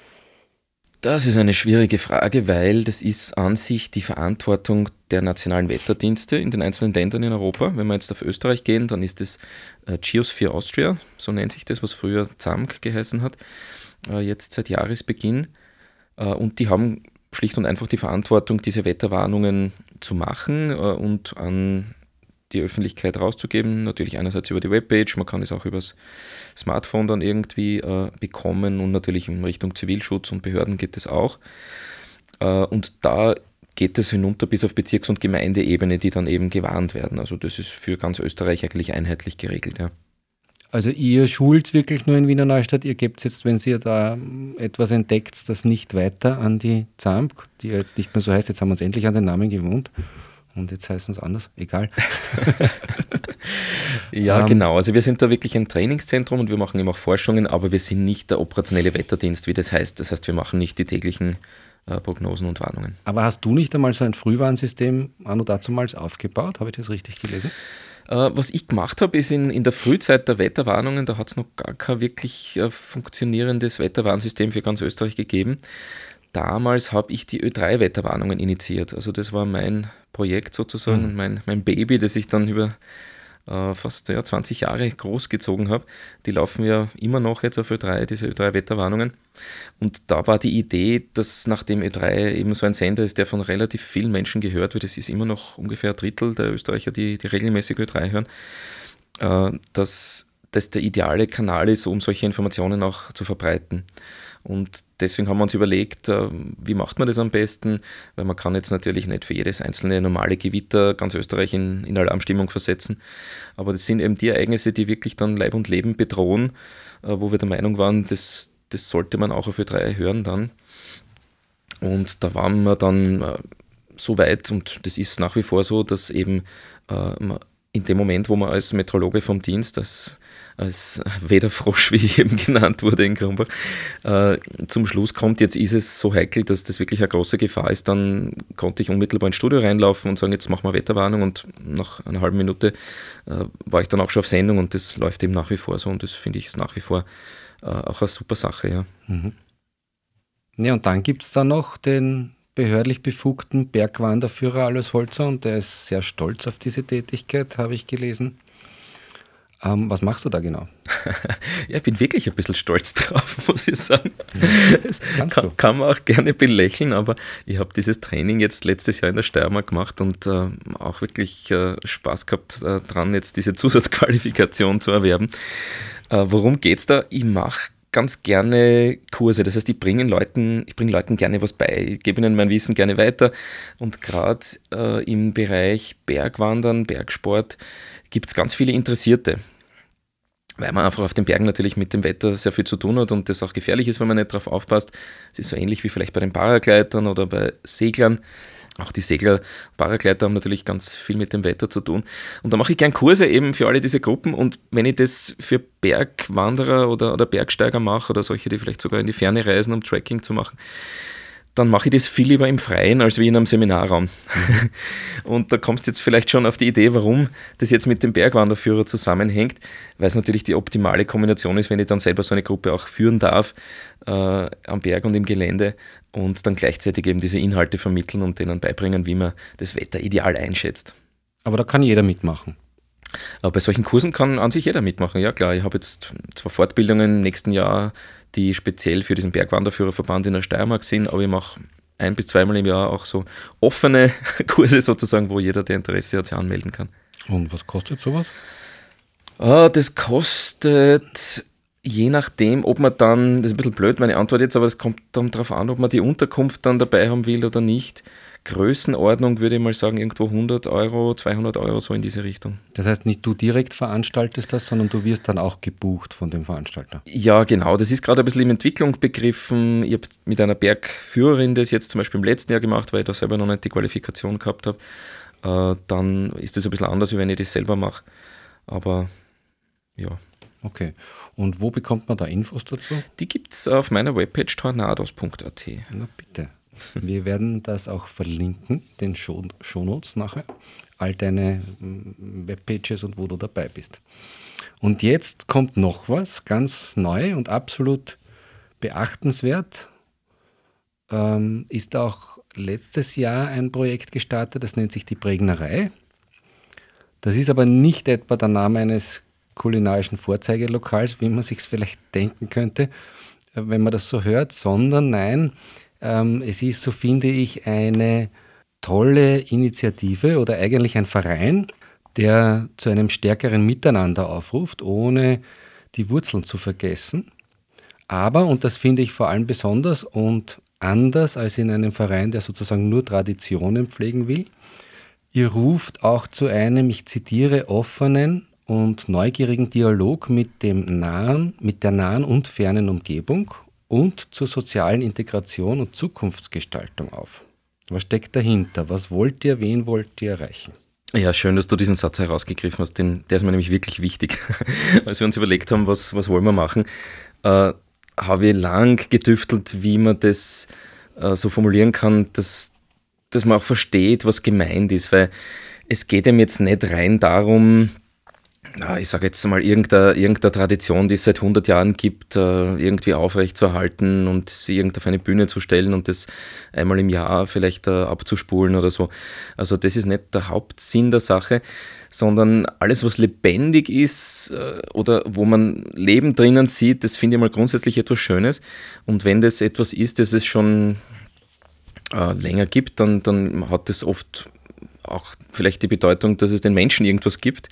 Das ist eine schwierige Frage, weil das ist an sich die Verantwortung der nationalen Wetterdienste in den einzelnen Ländern in Europa. Wenn wir jetzt auf Österreich gehen, dann ist das Geosphere Austria, so nennt sich das, was früher Z A M K geheißen hat, jetzt seit Jahresbeginn. Und die haben schlicht und einfach die Verantwortung, diese Wetterwarnungen zu machen und an die Öffentlichkeit rauszugeben. Natürlich einerseits über die Webpage, man kann es auch übers Smartphone dann irgendwie äh, bekommen und natürlich in Richtung Zivilschutz und Behörden geht es auch. Äh, und da geht es hinunter bis auf Bezirks- und Gemeindeebene, die dann eben gewarnt werden. Also das ist für ganz Österreich eigentlich einheitlich geregelt, ja. Also ihr schult wirklich nur in Wiener Neustadt, ihr gebt jetzt, wenn ihr da etwas entdeckt, das nicht weiter an die Z A M K, die ja jetzt nicht mehr so heißt, jetzt haben wir uns endlich an den Namen gewohnt und jetzt heißen es anders, egal. Ja, ähm, genau, also wir sind da wirklich ein Trainingszentrum und wir machen eben auch Forschungen, aber wir sind nicht der operationelle Wetterdienst, wie das heißt. Das heißt, wir machen nicht die täglichen äh, Prognosen und Warnungen. Aber hast du nicht einmal so ein Frühwarnsystem anno dazumals aufgebaut? Habe ich das richtig gelesen? Was ich gemacht habe, ist in, in der Frühzeit der Wetterwarnungen, da hat es noch gar kein wirklich äh, funktionierendes Wetterwarnsystem für ganz Österreich gegeben. Damals habe ich die Ö drei Wetterwarnungen initiiert. Also das war mein Projekt sozusagen, mhm. mein, mein Baby, das ich dann über äh, fast ja, zwanzig Jahre großgezogen habe. Die laufen ja immer noch jetzt auf Ö drei, diese Ö drei Wetterwarnungen. Und da war die Idee, dass nachdem Ö drei eben so ein Sender ist, der von relativ vielen Menschen gehört wird, es ist immer noch ungefähr ein Drittel der Österreicher, die, die regelmäßig Ö drei hören, äh, dass das der ideale Kanal ist, um solche Informationen auch zu verbreiten. Und deswegen haben wir uns überlegt, wie macht man das am besten, weil man kann jetzt natürlich nicht für jedes einzelne normale Gewitter ganz Österreich in, in Alarmstimmung versetzen, aber das sind eben die Ereignisse, die wirklich dann Leib und Leben bedrohen, wo wir der Meinung waren, das, das sollte man auch auf Ö drei hören dann. Und da waren wir dann so weit, und das ist nach wie vor so, dass eben in dem Moment, wo man als Meteorologe vom Dienst, als als Wetterfrosch, wie ich eben genannt wurde in Krumbach, äh, zum Schluss kommt, jetzt ist es so heikel, dass das wirklich eine große Gefahr ist, dann konnte ich unmittelbar ins Studio reinlaufen und sagen, jetzt machen wir Wetterwarnung, und nach einer halben Minute äh, war ich dann auch schon auf Sendung, und das läuft eben nach wie vor so, und das finde ich ist nach wie vor äh, auch eine super Sache. Ja, mhm. Ja, und dann gibt es da noch den behördlich befugten Bergwanderführer Alois Holzer, und der ist sehr stolz auf diese Tätigkeit, habe ich gelesen. Ähm, was machst du da genau? Ja, ich bin wirklich ein bisschen stolz drauf, muss ich sagen. Ja, das kann, kann man auch gerne belächeln, aber ich habe dieses Training jetzt letztes Jahr in der Steiermark gemacht und äh, auch wirklich äh, Spaß gehabt äh, dran, jetzt diese Zusatzqualifikation zu erwerben. Äh, worum geht's da? Ich mache ganz gerne Kurse, das heißt, ich bringe Leuten, ich bringe Leuten gerne was bei, ich gebe ihnen mein Wissen gerne weiter und gerade äh, im Bereich Bergwandern, Bergsport gibt es ganz viele Interessierte, weil man einfach auf den Bergen natürlich mit dem Wetter sehr viel zu tun hat und das auch gefährlich ist, wenn man nicht darauf aufpasst. Es ist so ähnlich wie vielleicht bei den Paragleitern oder bei Seglern. Auch die Segler, Paragleiter haben natürlich ganz viel mit dem Wetter zu tun. Und da mache ich gern Kurse eben für alle diese Gruppen. Und wenn ich das für Bergwanderer oder, oder Bergsteiger mache oder solche, die vielleicht sogar in die Ferne reisen, um Trekking zu machen, dann mache ich das viel lieber im Freien als wie in einem Seminarraum. Mhm. Und da kommst du jetzt vielleicht schon auf die Idee, warum das jetzt mit dem Bergwanderführer zusammenhängt, weil es natürlich die optimale Kombination ist, wenn ich dann selber so eine Gruppe auch führen darf, äh, am Berg und im Gelände und dann gleichzeitig eben diese Inhalte vermitteln und denen beibringen, wie man das Wetter ideal einschätzt. Aber da kann jeder mitmachen. Aber bei solchen Kursen kann an sich jeder mitmachen. Ja klar, ich habe jetzt zwar Fortbildungen im nächsten Jahr, die speziell für diesen Bergwanderführerverband in der Steiermark sind, aber ich mache ein- bis zweimal im Jahr auch so offene Kurse sozusagen, wo jeder, der Interesse hat, sich anmelden kann. Und was kostet sowas? Ah, das kostet, je nachdem, ob man dann, das ist ein bisschen blöd meine Antwort jetzt, aber es kommt dann darauf an, ob man die Unterkunft dann dabei haben will oder nicht. Größenordnung würde ich mal sagen, irgendwo hundert Euro, zweihundert Euro, so in diese Richtung. Das heißt, nicht du direkt veranstaltest das, sondern du wirst dann auch gebucht von dem Veranstalter. Ja, genau. Das ist gerade ein bisschen in Entwicklung begriffen. Ich habe mit einer Bergführerin das jetzt zum Beispiel im letzten Jahr gemacht, weil ich da selber noch nicht die Qualifikation gehabt habe. Äh, dann ist das ein bisschen anders, wie wenn ich das selber mache. Aber ja. Okay. Und wo bekommt man da Infos dazu? Die gibt es auf meiner Webpage tornados punkt a t. Na bitte. Wir werden das auch verlinken, den Show, Shownotes nachher, all deine Webpages und wo du dabei bist. Und jetzt kommt noch was ganz neu und absolut beachtenswert. Ähm, ist auch letztes Jahr ein Projekt gestartet, das nennt sich die Prägnerei. Das ist aber nicht etwa der Name eines kulinarischen Vorzeigelokals, wie man sich vielleicht denken könnte, wenn man das so hört, sondern nein, es ist, so finde ich, eine tolle Initiative oder eigentlich ein Verein, der zu einem stärkeren Miteinander aufruft, ohne die Wurzeln zu vergessen. Aber, und das finde ich vor allem besonders und anders als in einem Verein, der sozusagen nur Traditionen pflegen will, ihr ruft auch zu einem, ich zitiere, offenen und neugierigen Dialog mit dem nahen, mit der nahen und fernen Umgebung und zur sozialen Integration und Zukunftsgestaltung auf. Was steckt dahinter? Was wollt ihr, wen wollt ihr erreichen? Ja, schön, dass du diesen Satz herausgegriffen hast, den, der ist mir nämlich wirklich wichtig. Als wir uns überlegt haben, was, was wollen wir machen, äh, habe ich lang gedüftelt, wie man das äh, so formulieren kann, dass, dass man auch versteht, was gemeint ist, weil es geht ihm jetzt nicht rein darum, ich sage jetzt mal, irgendeine, irgendeine Tradition, die es seit hundert Jahren gibt, irgendwie aufrechtzuerhalten und sie irgendwie auf eine Bühne zu stellen und das einmal im Jahr vielleicht abzuspulen oder so. Also das ist nicht der Hauptsinn der Sache, sondern alles, was lebendig ist oder wo man Leben drinnen sieht, das finde ich mal grundsätzlich etwas Schönes. Und wenn das etwas ist, das es schon länger gibt, dann, dann hat das oft auch vielleicht die Bedeutung, dass es den Menschen irgendwas gibt.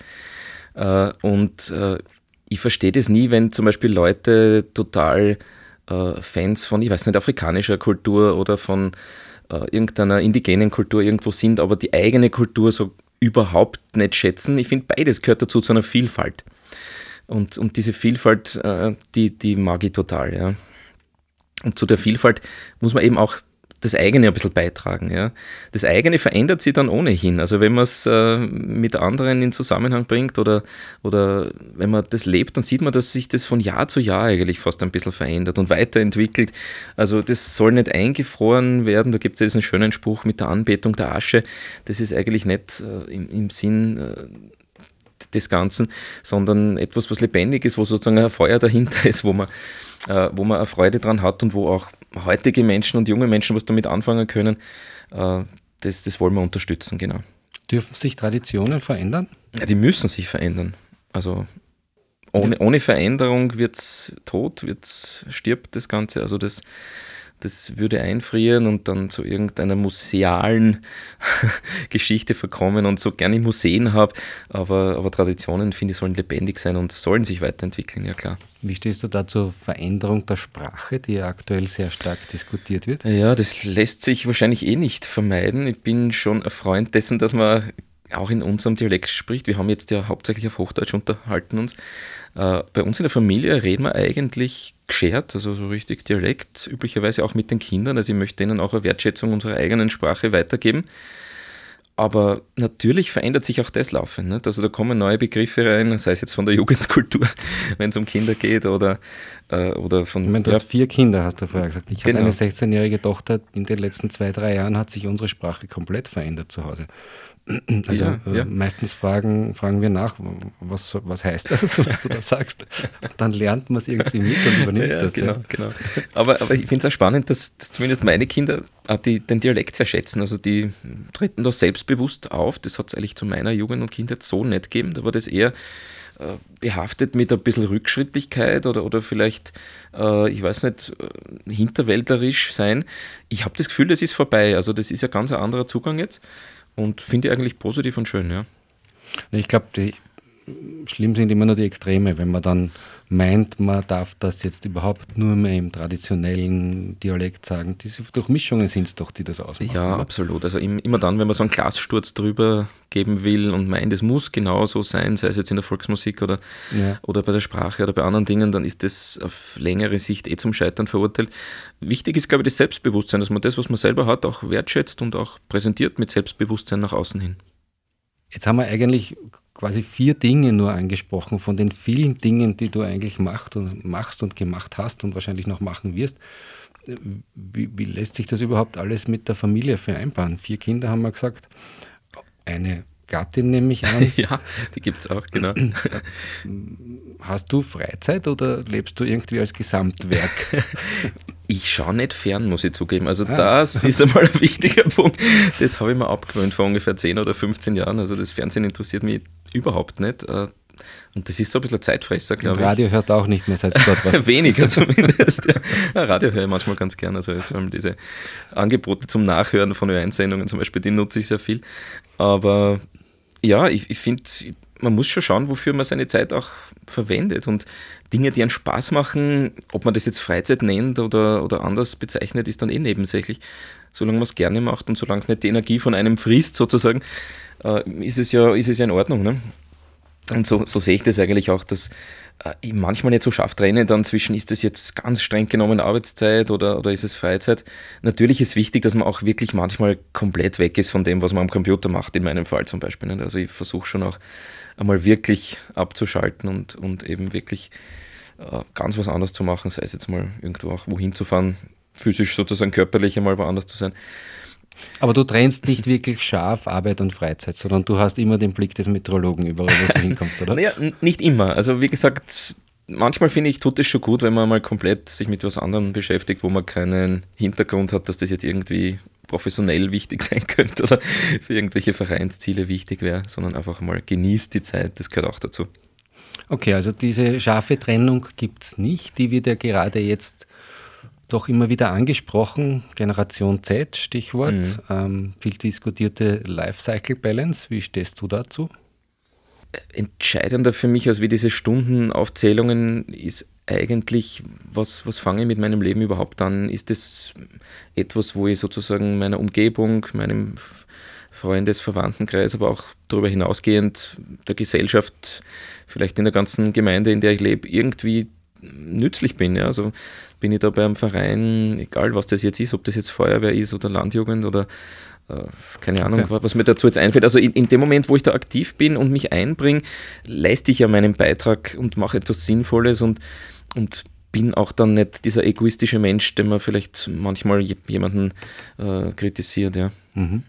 Und ich verstehe das nie, wenn zum Beispiel Leute total Fans von, ich weiß nicht, afrikanischer Kultur oder von irgendeiner indigenen Kultur irgendwo sind, aber die eigene Kultur so überhaupt nicht schätzen. Ich finde, beides gehört dazu, zu einer Vielfalt. Und, und diese Vielfalt, die, die mag ich total. Ja. Und zu der Vielfalt muss man eben auch das eigene ein bisschen beitragen. Ja. Das eigene verändert sich dann ohnehin. Also wenn man es äh, mit anderen in Zusammenhang bringt oder, oder wenn man das lebt, dann sieht man, dass sich das von Jahr zu Jahr eigentlich fast ein bisschen verändert und weiterentwickelt. Also das soll nicht eingefroren werden. Da gibt es diesen schönen Spruch mit der Anbetung der Asche. Das ist eigentlich nicht äh, im, im Sinn äh, des Ganzen, sondern etwas, was lebendig ist, wo sozusagen ein Feuer dahinter ist, wo man, äh, wo man eine Freude dran hat und wo auch heutige Menschen und junge Menschen was damit anfangen können, äh, das, das wollen wir unterstützen, genau. Dürfen sich Traditionen verändern? Ja, die müssen sich verändern. Also ohne, ohne Veränderung wird es tot, wird's, stirbt das Ganze. Also das, das würde einfrieren und dann zu irgendeiner musealen Geschichte verkommen und so gerne Museen habe. Aber, aber Traditionen, finde ich, sollen lebendig sein und sollen sich weiterentwickeln, ja klar. Wie stehst du da zur Veränderung der Sprache, die ja aktuell sehr stark diskutiert wird? Ja, das lässt sich wahrscheinlich eh nicht vermeiden. Ich bin schon ein Freund dessen, dass man auch in unserem Dialekt spricht. Wir haben jetzt ja hauptsächlich auf Hochdeutsch unterhalten uns. Äh, bei uns in der Familie reden wir eigentlich geschert, also so richtig Dialekt, üblicherweise auch mit den Kindern. Also ich möchte ihnen auch eine Wertschätzung unserer eigenen Sprache weitergeben. Aber natürlich verändert sich auch das laufend. Nicht? Also da kommen neue Begriffe rein, sei es jetzt von der Jugendkultur, wenn es um Kinder geht, oder, äh, oder von... Ich meine, du ja, hast vier Kinder, hast du vorher gesagt. Ich genau. habe eine sechzehnjährige Tochter. In den letzten zwei, drei Jahren hat sich unsere Sprache komplett verändert zu Hause. Also ja, äh, ja. meistens fragen, fragen wir nach, was, was heißt das, was du da sagst. Und dann lernt man es irgendwie mit und übernimmt ja, das. Genau, Ja. genau. Aber, aber ich finde es auch spannend, dass, dass zumindest meine Kinder auch die, den Dialekt sehr schätzen. Also die treten da selbstbewusst auf. Das hat es eigentlich zu meiner Jugend und Kindheit so nicht gegeben. Da war das eher äh, behaftet mit ein bisschen Rückschrittlichkeit oder, oder vielleicht, äh, ich weiß nicht, äh, hinterwäldlerisch sein. Ich habe das Gefühl, das ist vorbei. Also das ist ja ganz ein anderer Zugang jetzt. Und finde ich eigentlich positiv und schön, ja. Ich glaube, schlimm sind immer nur die Extreme, wenn man dann meint, man darf das jetzt überhaupt nur mehr im traditionellen Dialekt sagen. Diese Durchmischungen sind es doch, die das ausmachen. Ja, oder? absolut. Also immer dann, wenn man so einen Glassturz drüber geben will und meint, es muss genau so sein, sei es jetzt in der Volksmusik oder, Ja. oder bei der Sprache oder bei anderen Dingen, dann ist das auf längere Sicht eh zum Scheitern verurteilt. Wichtig ist, glaube ich, das Selbstbewusstsein, dass man das, was man selber hat, auch wertschätzt und auch präsentiert mit Selbstbewusstsein nach außen hin. Jetzt haben wir eigentlich quasi vier Dinge nur angesprochen von den vielen Dingen, die du eigentlich macht und machst und gemacht hast und wahrscheinlich noch machen wirst. Wie, wie lässt sich das überhaupt alles mit der Familie vereinbaren? Vier Kinder haben wir gesagt, eine Gattin nehme ich an. Ja, die gibt es auch, genau. Hast du Freizeit oder lebst du irgendwie als Gesamtwerk? Ich schaue nicht fern, muss ich zugeben. Also Ah. das ist einmal ein wichtiger Punkt. Das habe ich mir abgewöhnt vor ungefähr zehn oder fünfzehn Jahren. Also das Fernsehen interessiert mich überhaupt nicht. Und das ist so ein bisschen ein Zeitfresser, glaube ich. Radio hörst du auch nicht mehr, seit es dort warst. Weniger zumindest. Ja. Radio höre ich manchmal ganz gern. Also vor allem diese Angebote zum Nachhören von Ö eins Sendungen zum Beispiel, die nutze ich sehr viel. Aber ja, ich, ich finde, man muss schon schauen, wofür man seine Zeit auch verwendet. Und Dinge, die einen Spaß machen, ob man das jetzt Freizeit nennt oder, oder anders bezeichnet, ist dann eh nebensächlich. Solange man es gerne macht und solange es nicht die Energie von einem frisst, sozusagen, äh, ist es ja, ist es ja in Ordnung. Ne? Und so, so sehe ich das eigentlich auch, dass äh, ich manchmal nicht so scharf trenne dann zwischen, ist das jetzt ganz streng genommen Arbeitszeit oder, oder ist es Freizeit. Natürlich ist wichtig, dass man auch wirklich manchmal komplett weg ist von dem, was man am Computer macht, in meinem Fall zum Beispiel. Nicht? Also ich versuche schon auch einmal wirklich abzuschalten und, und eben wirklich äh, ganz was anderes zu machen, sei es jetzt mal irgendwo auch wohin zu fahren, physisch sozusagen körperlich einmal woanders zu sein. Aber du trennst nicht wirklich scharf Arbeit und Freizeit, sondern du hast immer den Blick des Meteorologen überall, wo du hinkommst, oder? Naja, n- nicht immer. Also wie gesagt, manchmal finde ich, tut es schon gut, wenn man mal komplett sich mit was anderem beschäftigt, wo man keinen Hintergrund hat, dass das jetzt irgendwie professionell wichtig sein könnte oder für irgendwelche Vereinsziele wichtig wäre, sondern einfach mal genießt die Zeit, das gehört auch dazu. Okay, also diese scharfe Trennung gibt es nicht, die wird ja gerade jetzt doch immer wieder angesprochen. Generation Z, Stichwort, Mhm. ähm, viel diskutierte Lifecycle Balance. Wie stehst du dazu? Entscheidender für mich als wie diese Stundenaufzählungen ist eigentlich, was, was fange ich mit meinem Leben überhaupt an? Ist das etwas, wo ich sozusagen meiner Umgebung, meinem Freundes-, Verwandtenkreis, aber auch darüber hinausgehend der Gesellschaft, vielleicht in der ganzen Gemeinde, in der ich lebe, irgendwie nützlich bin? Ja? Also bin ich da beim Verein, egal was das jetzt ist, ob das jetzt Feuerwehr ist oder Landjugend oder äh, keine Ahnung, Okay. was mir dazu jetzt einfällt. Also in, in dem Moment, wo ich da aktiv bin und mich einbringe, leiste ich ja meinen Beitrag und mache etwas Sinnvolles und, und bin auch dann nicht dieser egoistische Mensch, den man vielleicht manchmal je- jemanden äh, kritisiert. Ja. Mhm.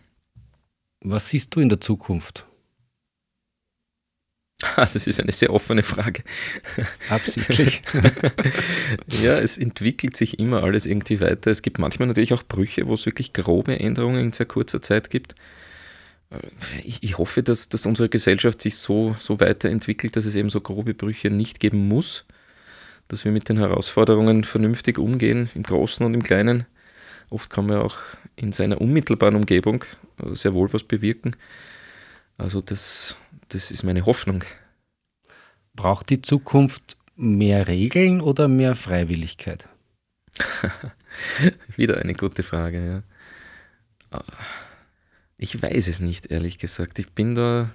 Was siehst du in der Zukunft? Das ist eine sehr offene Frage. Absichtlich. Ja, es entwickelt sich immer alles irgendwie weiter. Es gibt manchmal natürlich auch Brüche, wo es wirklich grobe Änderungen in sehr kurzer Zeit gibt. ich, ich hoffe, dass, dass unsere Gesellschaft sich so, so weiterentwickelt, dass es eben so grobe Brüche nicht geben muss, dass wir mit den Herausforderungen vernünftig umgehen, im Großen und im Kleinen. Oft kann man auch in seiner unmittelbaren Umgebung sehr wohl was bewirken. Also das, das ist meine Hoffnung. Braucht die Zukunft mehr Regeln oder mehr Freiwilligkeit? Wieder eine gute Frage, ja. Ich weiß es nicht, ehrlich gesagt. Ich bin da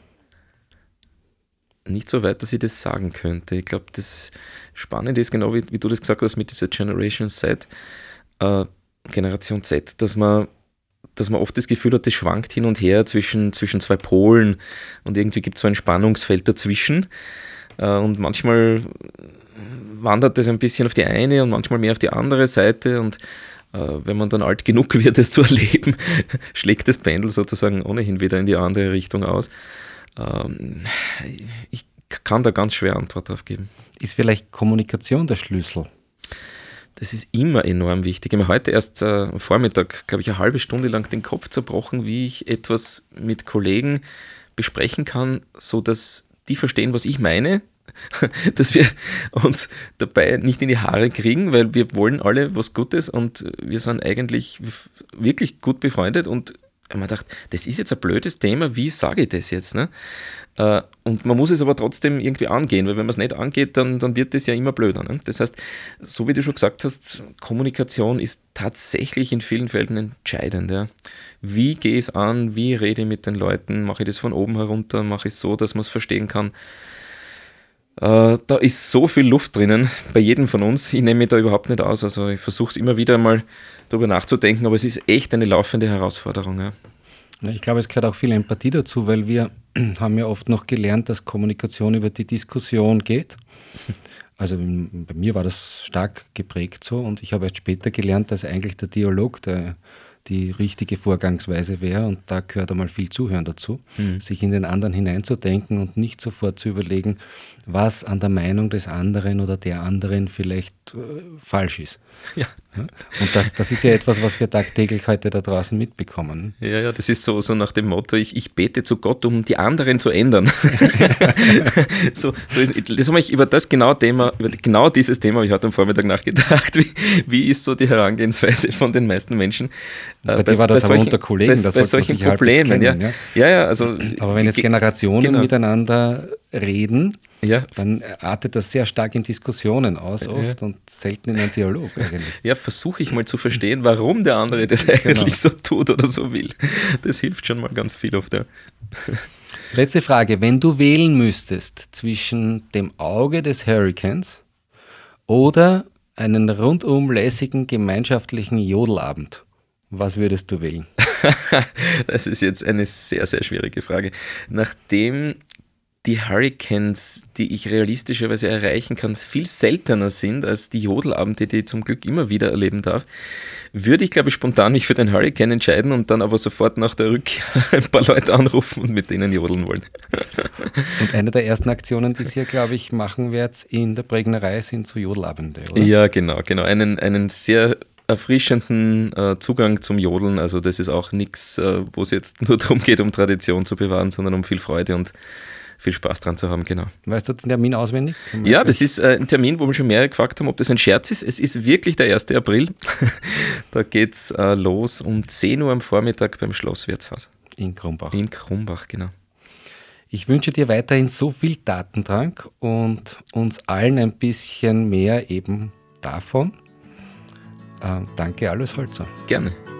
nicht so weit, dass ich das sagen könnte. Ich glaube, das Spannende ist genau, wie, wie du das gesagt hast mit dieser Generation Z, äh, Generation Z, dass man, dass man oft das Gefühl hat, das schwankt hin und her zwischen, zwischen zwei Polen und irgendwie gibt es so ein Spannungsfeld dazwischen. Äh, und manchmal wandert das ein bisschen auf die eine und manchmal mehr auf die andere Seite und äh, wenn man dann alt genug wird, es zu erleben, schlägt das Pendel sozusagen ohnehin wieder in die andere Richtung aus. Ähm, ich kann da ganz schwer Antwort drauf geben. Ist vielleicht Kommunikation der Schlüssel? Das ist immer enorm wichtig. Ich habe heute erst äh, am Vormittag, glaube ich, eine halbe Stunde lang den Kopf zerbrochen, wie ich etwas mit Kollegen besprechen kann, sodass die verstehen, was ich meine, dass wir uns dabei nicht in die Haare kriegen, weil wir wollen alle was Gutes und wir sind eigentlich wirklich gut befreundet und ich habe mir gedacht, das ist jetzt ein blödes Thema, wie sage ich das jetzt? Ne? Und man muss es aber trotzdem irgendwie angehen, weil wenn man es nicht angeht, dann, dann wird das ja immer blöder. Ne? Das heißt, so wie du schon gesagt hast, Kommunikation ist tatsächlich in vielen Fällen entscheidend. Ja? Wie gehe ich es an, wie rede ich mit den Leuten, mache ich das von oben herunter, mache ich es so, dass man es verstehen kann. Uh, da ist so viel Luft drinnen, bei jedem von uns. Ich nehme mich da überhaupt nicht aus. Also ich versuche es immer wieder mal darüber nachzudenken, aber es ist echt eine laufende Herausforderung. Ja. Ja, ich glaube, es gehört auch viel Empathie dazu, weil wir haben ja oft noch gelernt, dass Kommunikation über die Diskussion geht. Also bei mir war das stark geprägt so und ich habe erst später gelernt, dass eigentlich der Dialog der die richtige Vorgangsweise wäre und da gehört einmal viel Zuhören dazu, mhm. sich in den anderen hineinzudenken und nicht sofort zu überlegen, was an der Meinung des anderen oder der anderen vielleicht äh, falsch ist. Ja. Ja? Und das, das ist ja etwas, was wir tagtäglich heute da draußen mitbekommen. Ja, ja, das ist so, so nach dem Motto, ich, ich bete zu Gott, um die anderen zu ändern. so, so ist, das habe ich über das genau Thema, über genau dieses Thema habe ich heute am Vormittag nachgedacht. Wie, wie ist so die Herangehensweise von den meisten Menschen? Bei, bei dir war das aber solchen, unter Kollegen, bei, das bei solchen Problemen. Kennen, ja. Ja, ja, also, aber wenn jetzt Generationen genau. miteinander reden, ja. dann artet das sehr stark in Diskussionen aus oft ja. und selten in einen Dialog eigentlich. Ja, versuche ich mal zu verstehen, warum der andere das eigentlich genau. so tut oder so will. Das hilft schon mal ganz viel oft. Ja. Letzte Frage. Wenn du wählen müsstest zwischen dem Auge des Hurrikans oder einen rundum lässigen gemeinschaftlichen Jodelabend, was würdest du wählen? Das ist jetzt eine sehr, sehr schwierige Frage. Nachdem die Hurricanes, die ich realistischerweise erreichen kann, viel seltener sind als die Jodelabende, die ich zum Glück immer wieder erleben darf, würde ich, glaube ich, spontan mich für den Hurricane entscheiden und dann aber sofort nach der Rückkehr ein paar Leute anrufen und mit denen jodeln wollen. Und eine der ersten Aktionen, die ihr, glaube ich, machen werdet in der Prägnerei, sind so Jodelabende, oder? Ja, genau, genau. Einen, einen sehr erfrischenden äh, Zugang zum Jodeln. Also das ist auch nichts, äh, wo es jetzt nur darum geht, um Tradition zu bewahren, sondern um viel Freude und viel Spaß dran zu haben, genau. Weißt du den Termin auswendig? Ja, das ist äh, ein Termin, wo wir schon mehrere gefragt haben, ob das ein Scherz ist. Es ist wirklich der erste April. Da geht es äh, los um zehn Uhr am Vormittag beim Schlosswirtshaus. In Krumbach. In Krumbach, genau. Ich wünsche dir weiterhin so viel Tatendrang und uns allen ein bisschen mehr eben davon. Äh, danke, Alois Holzer. Gerne.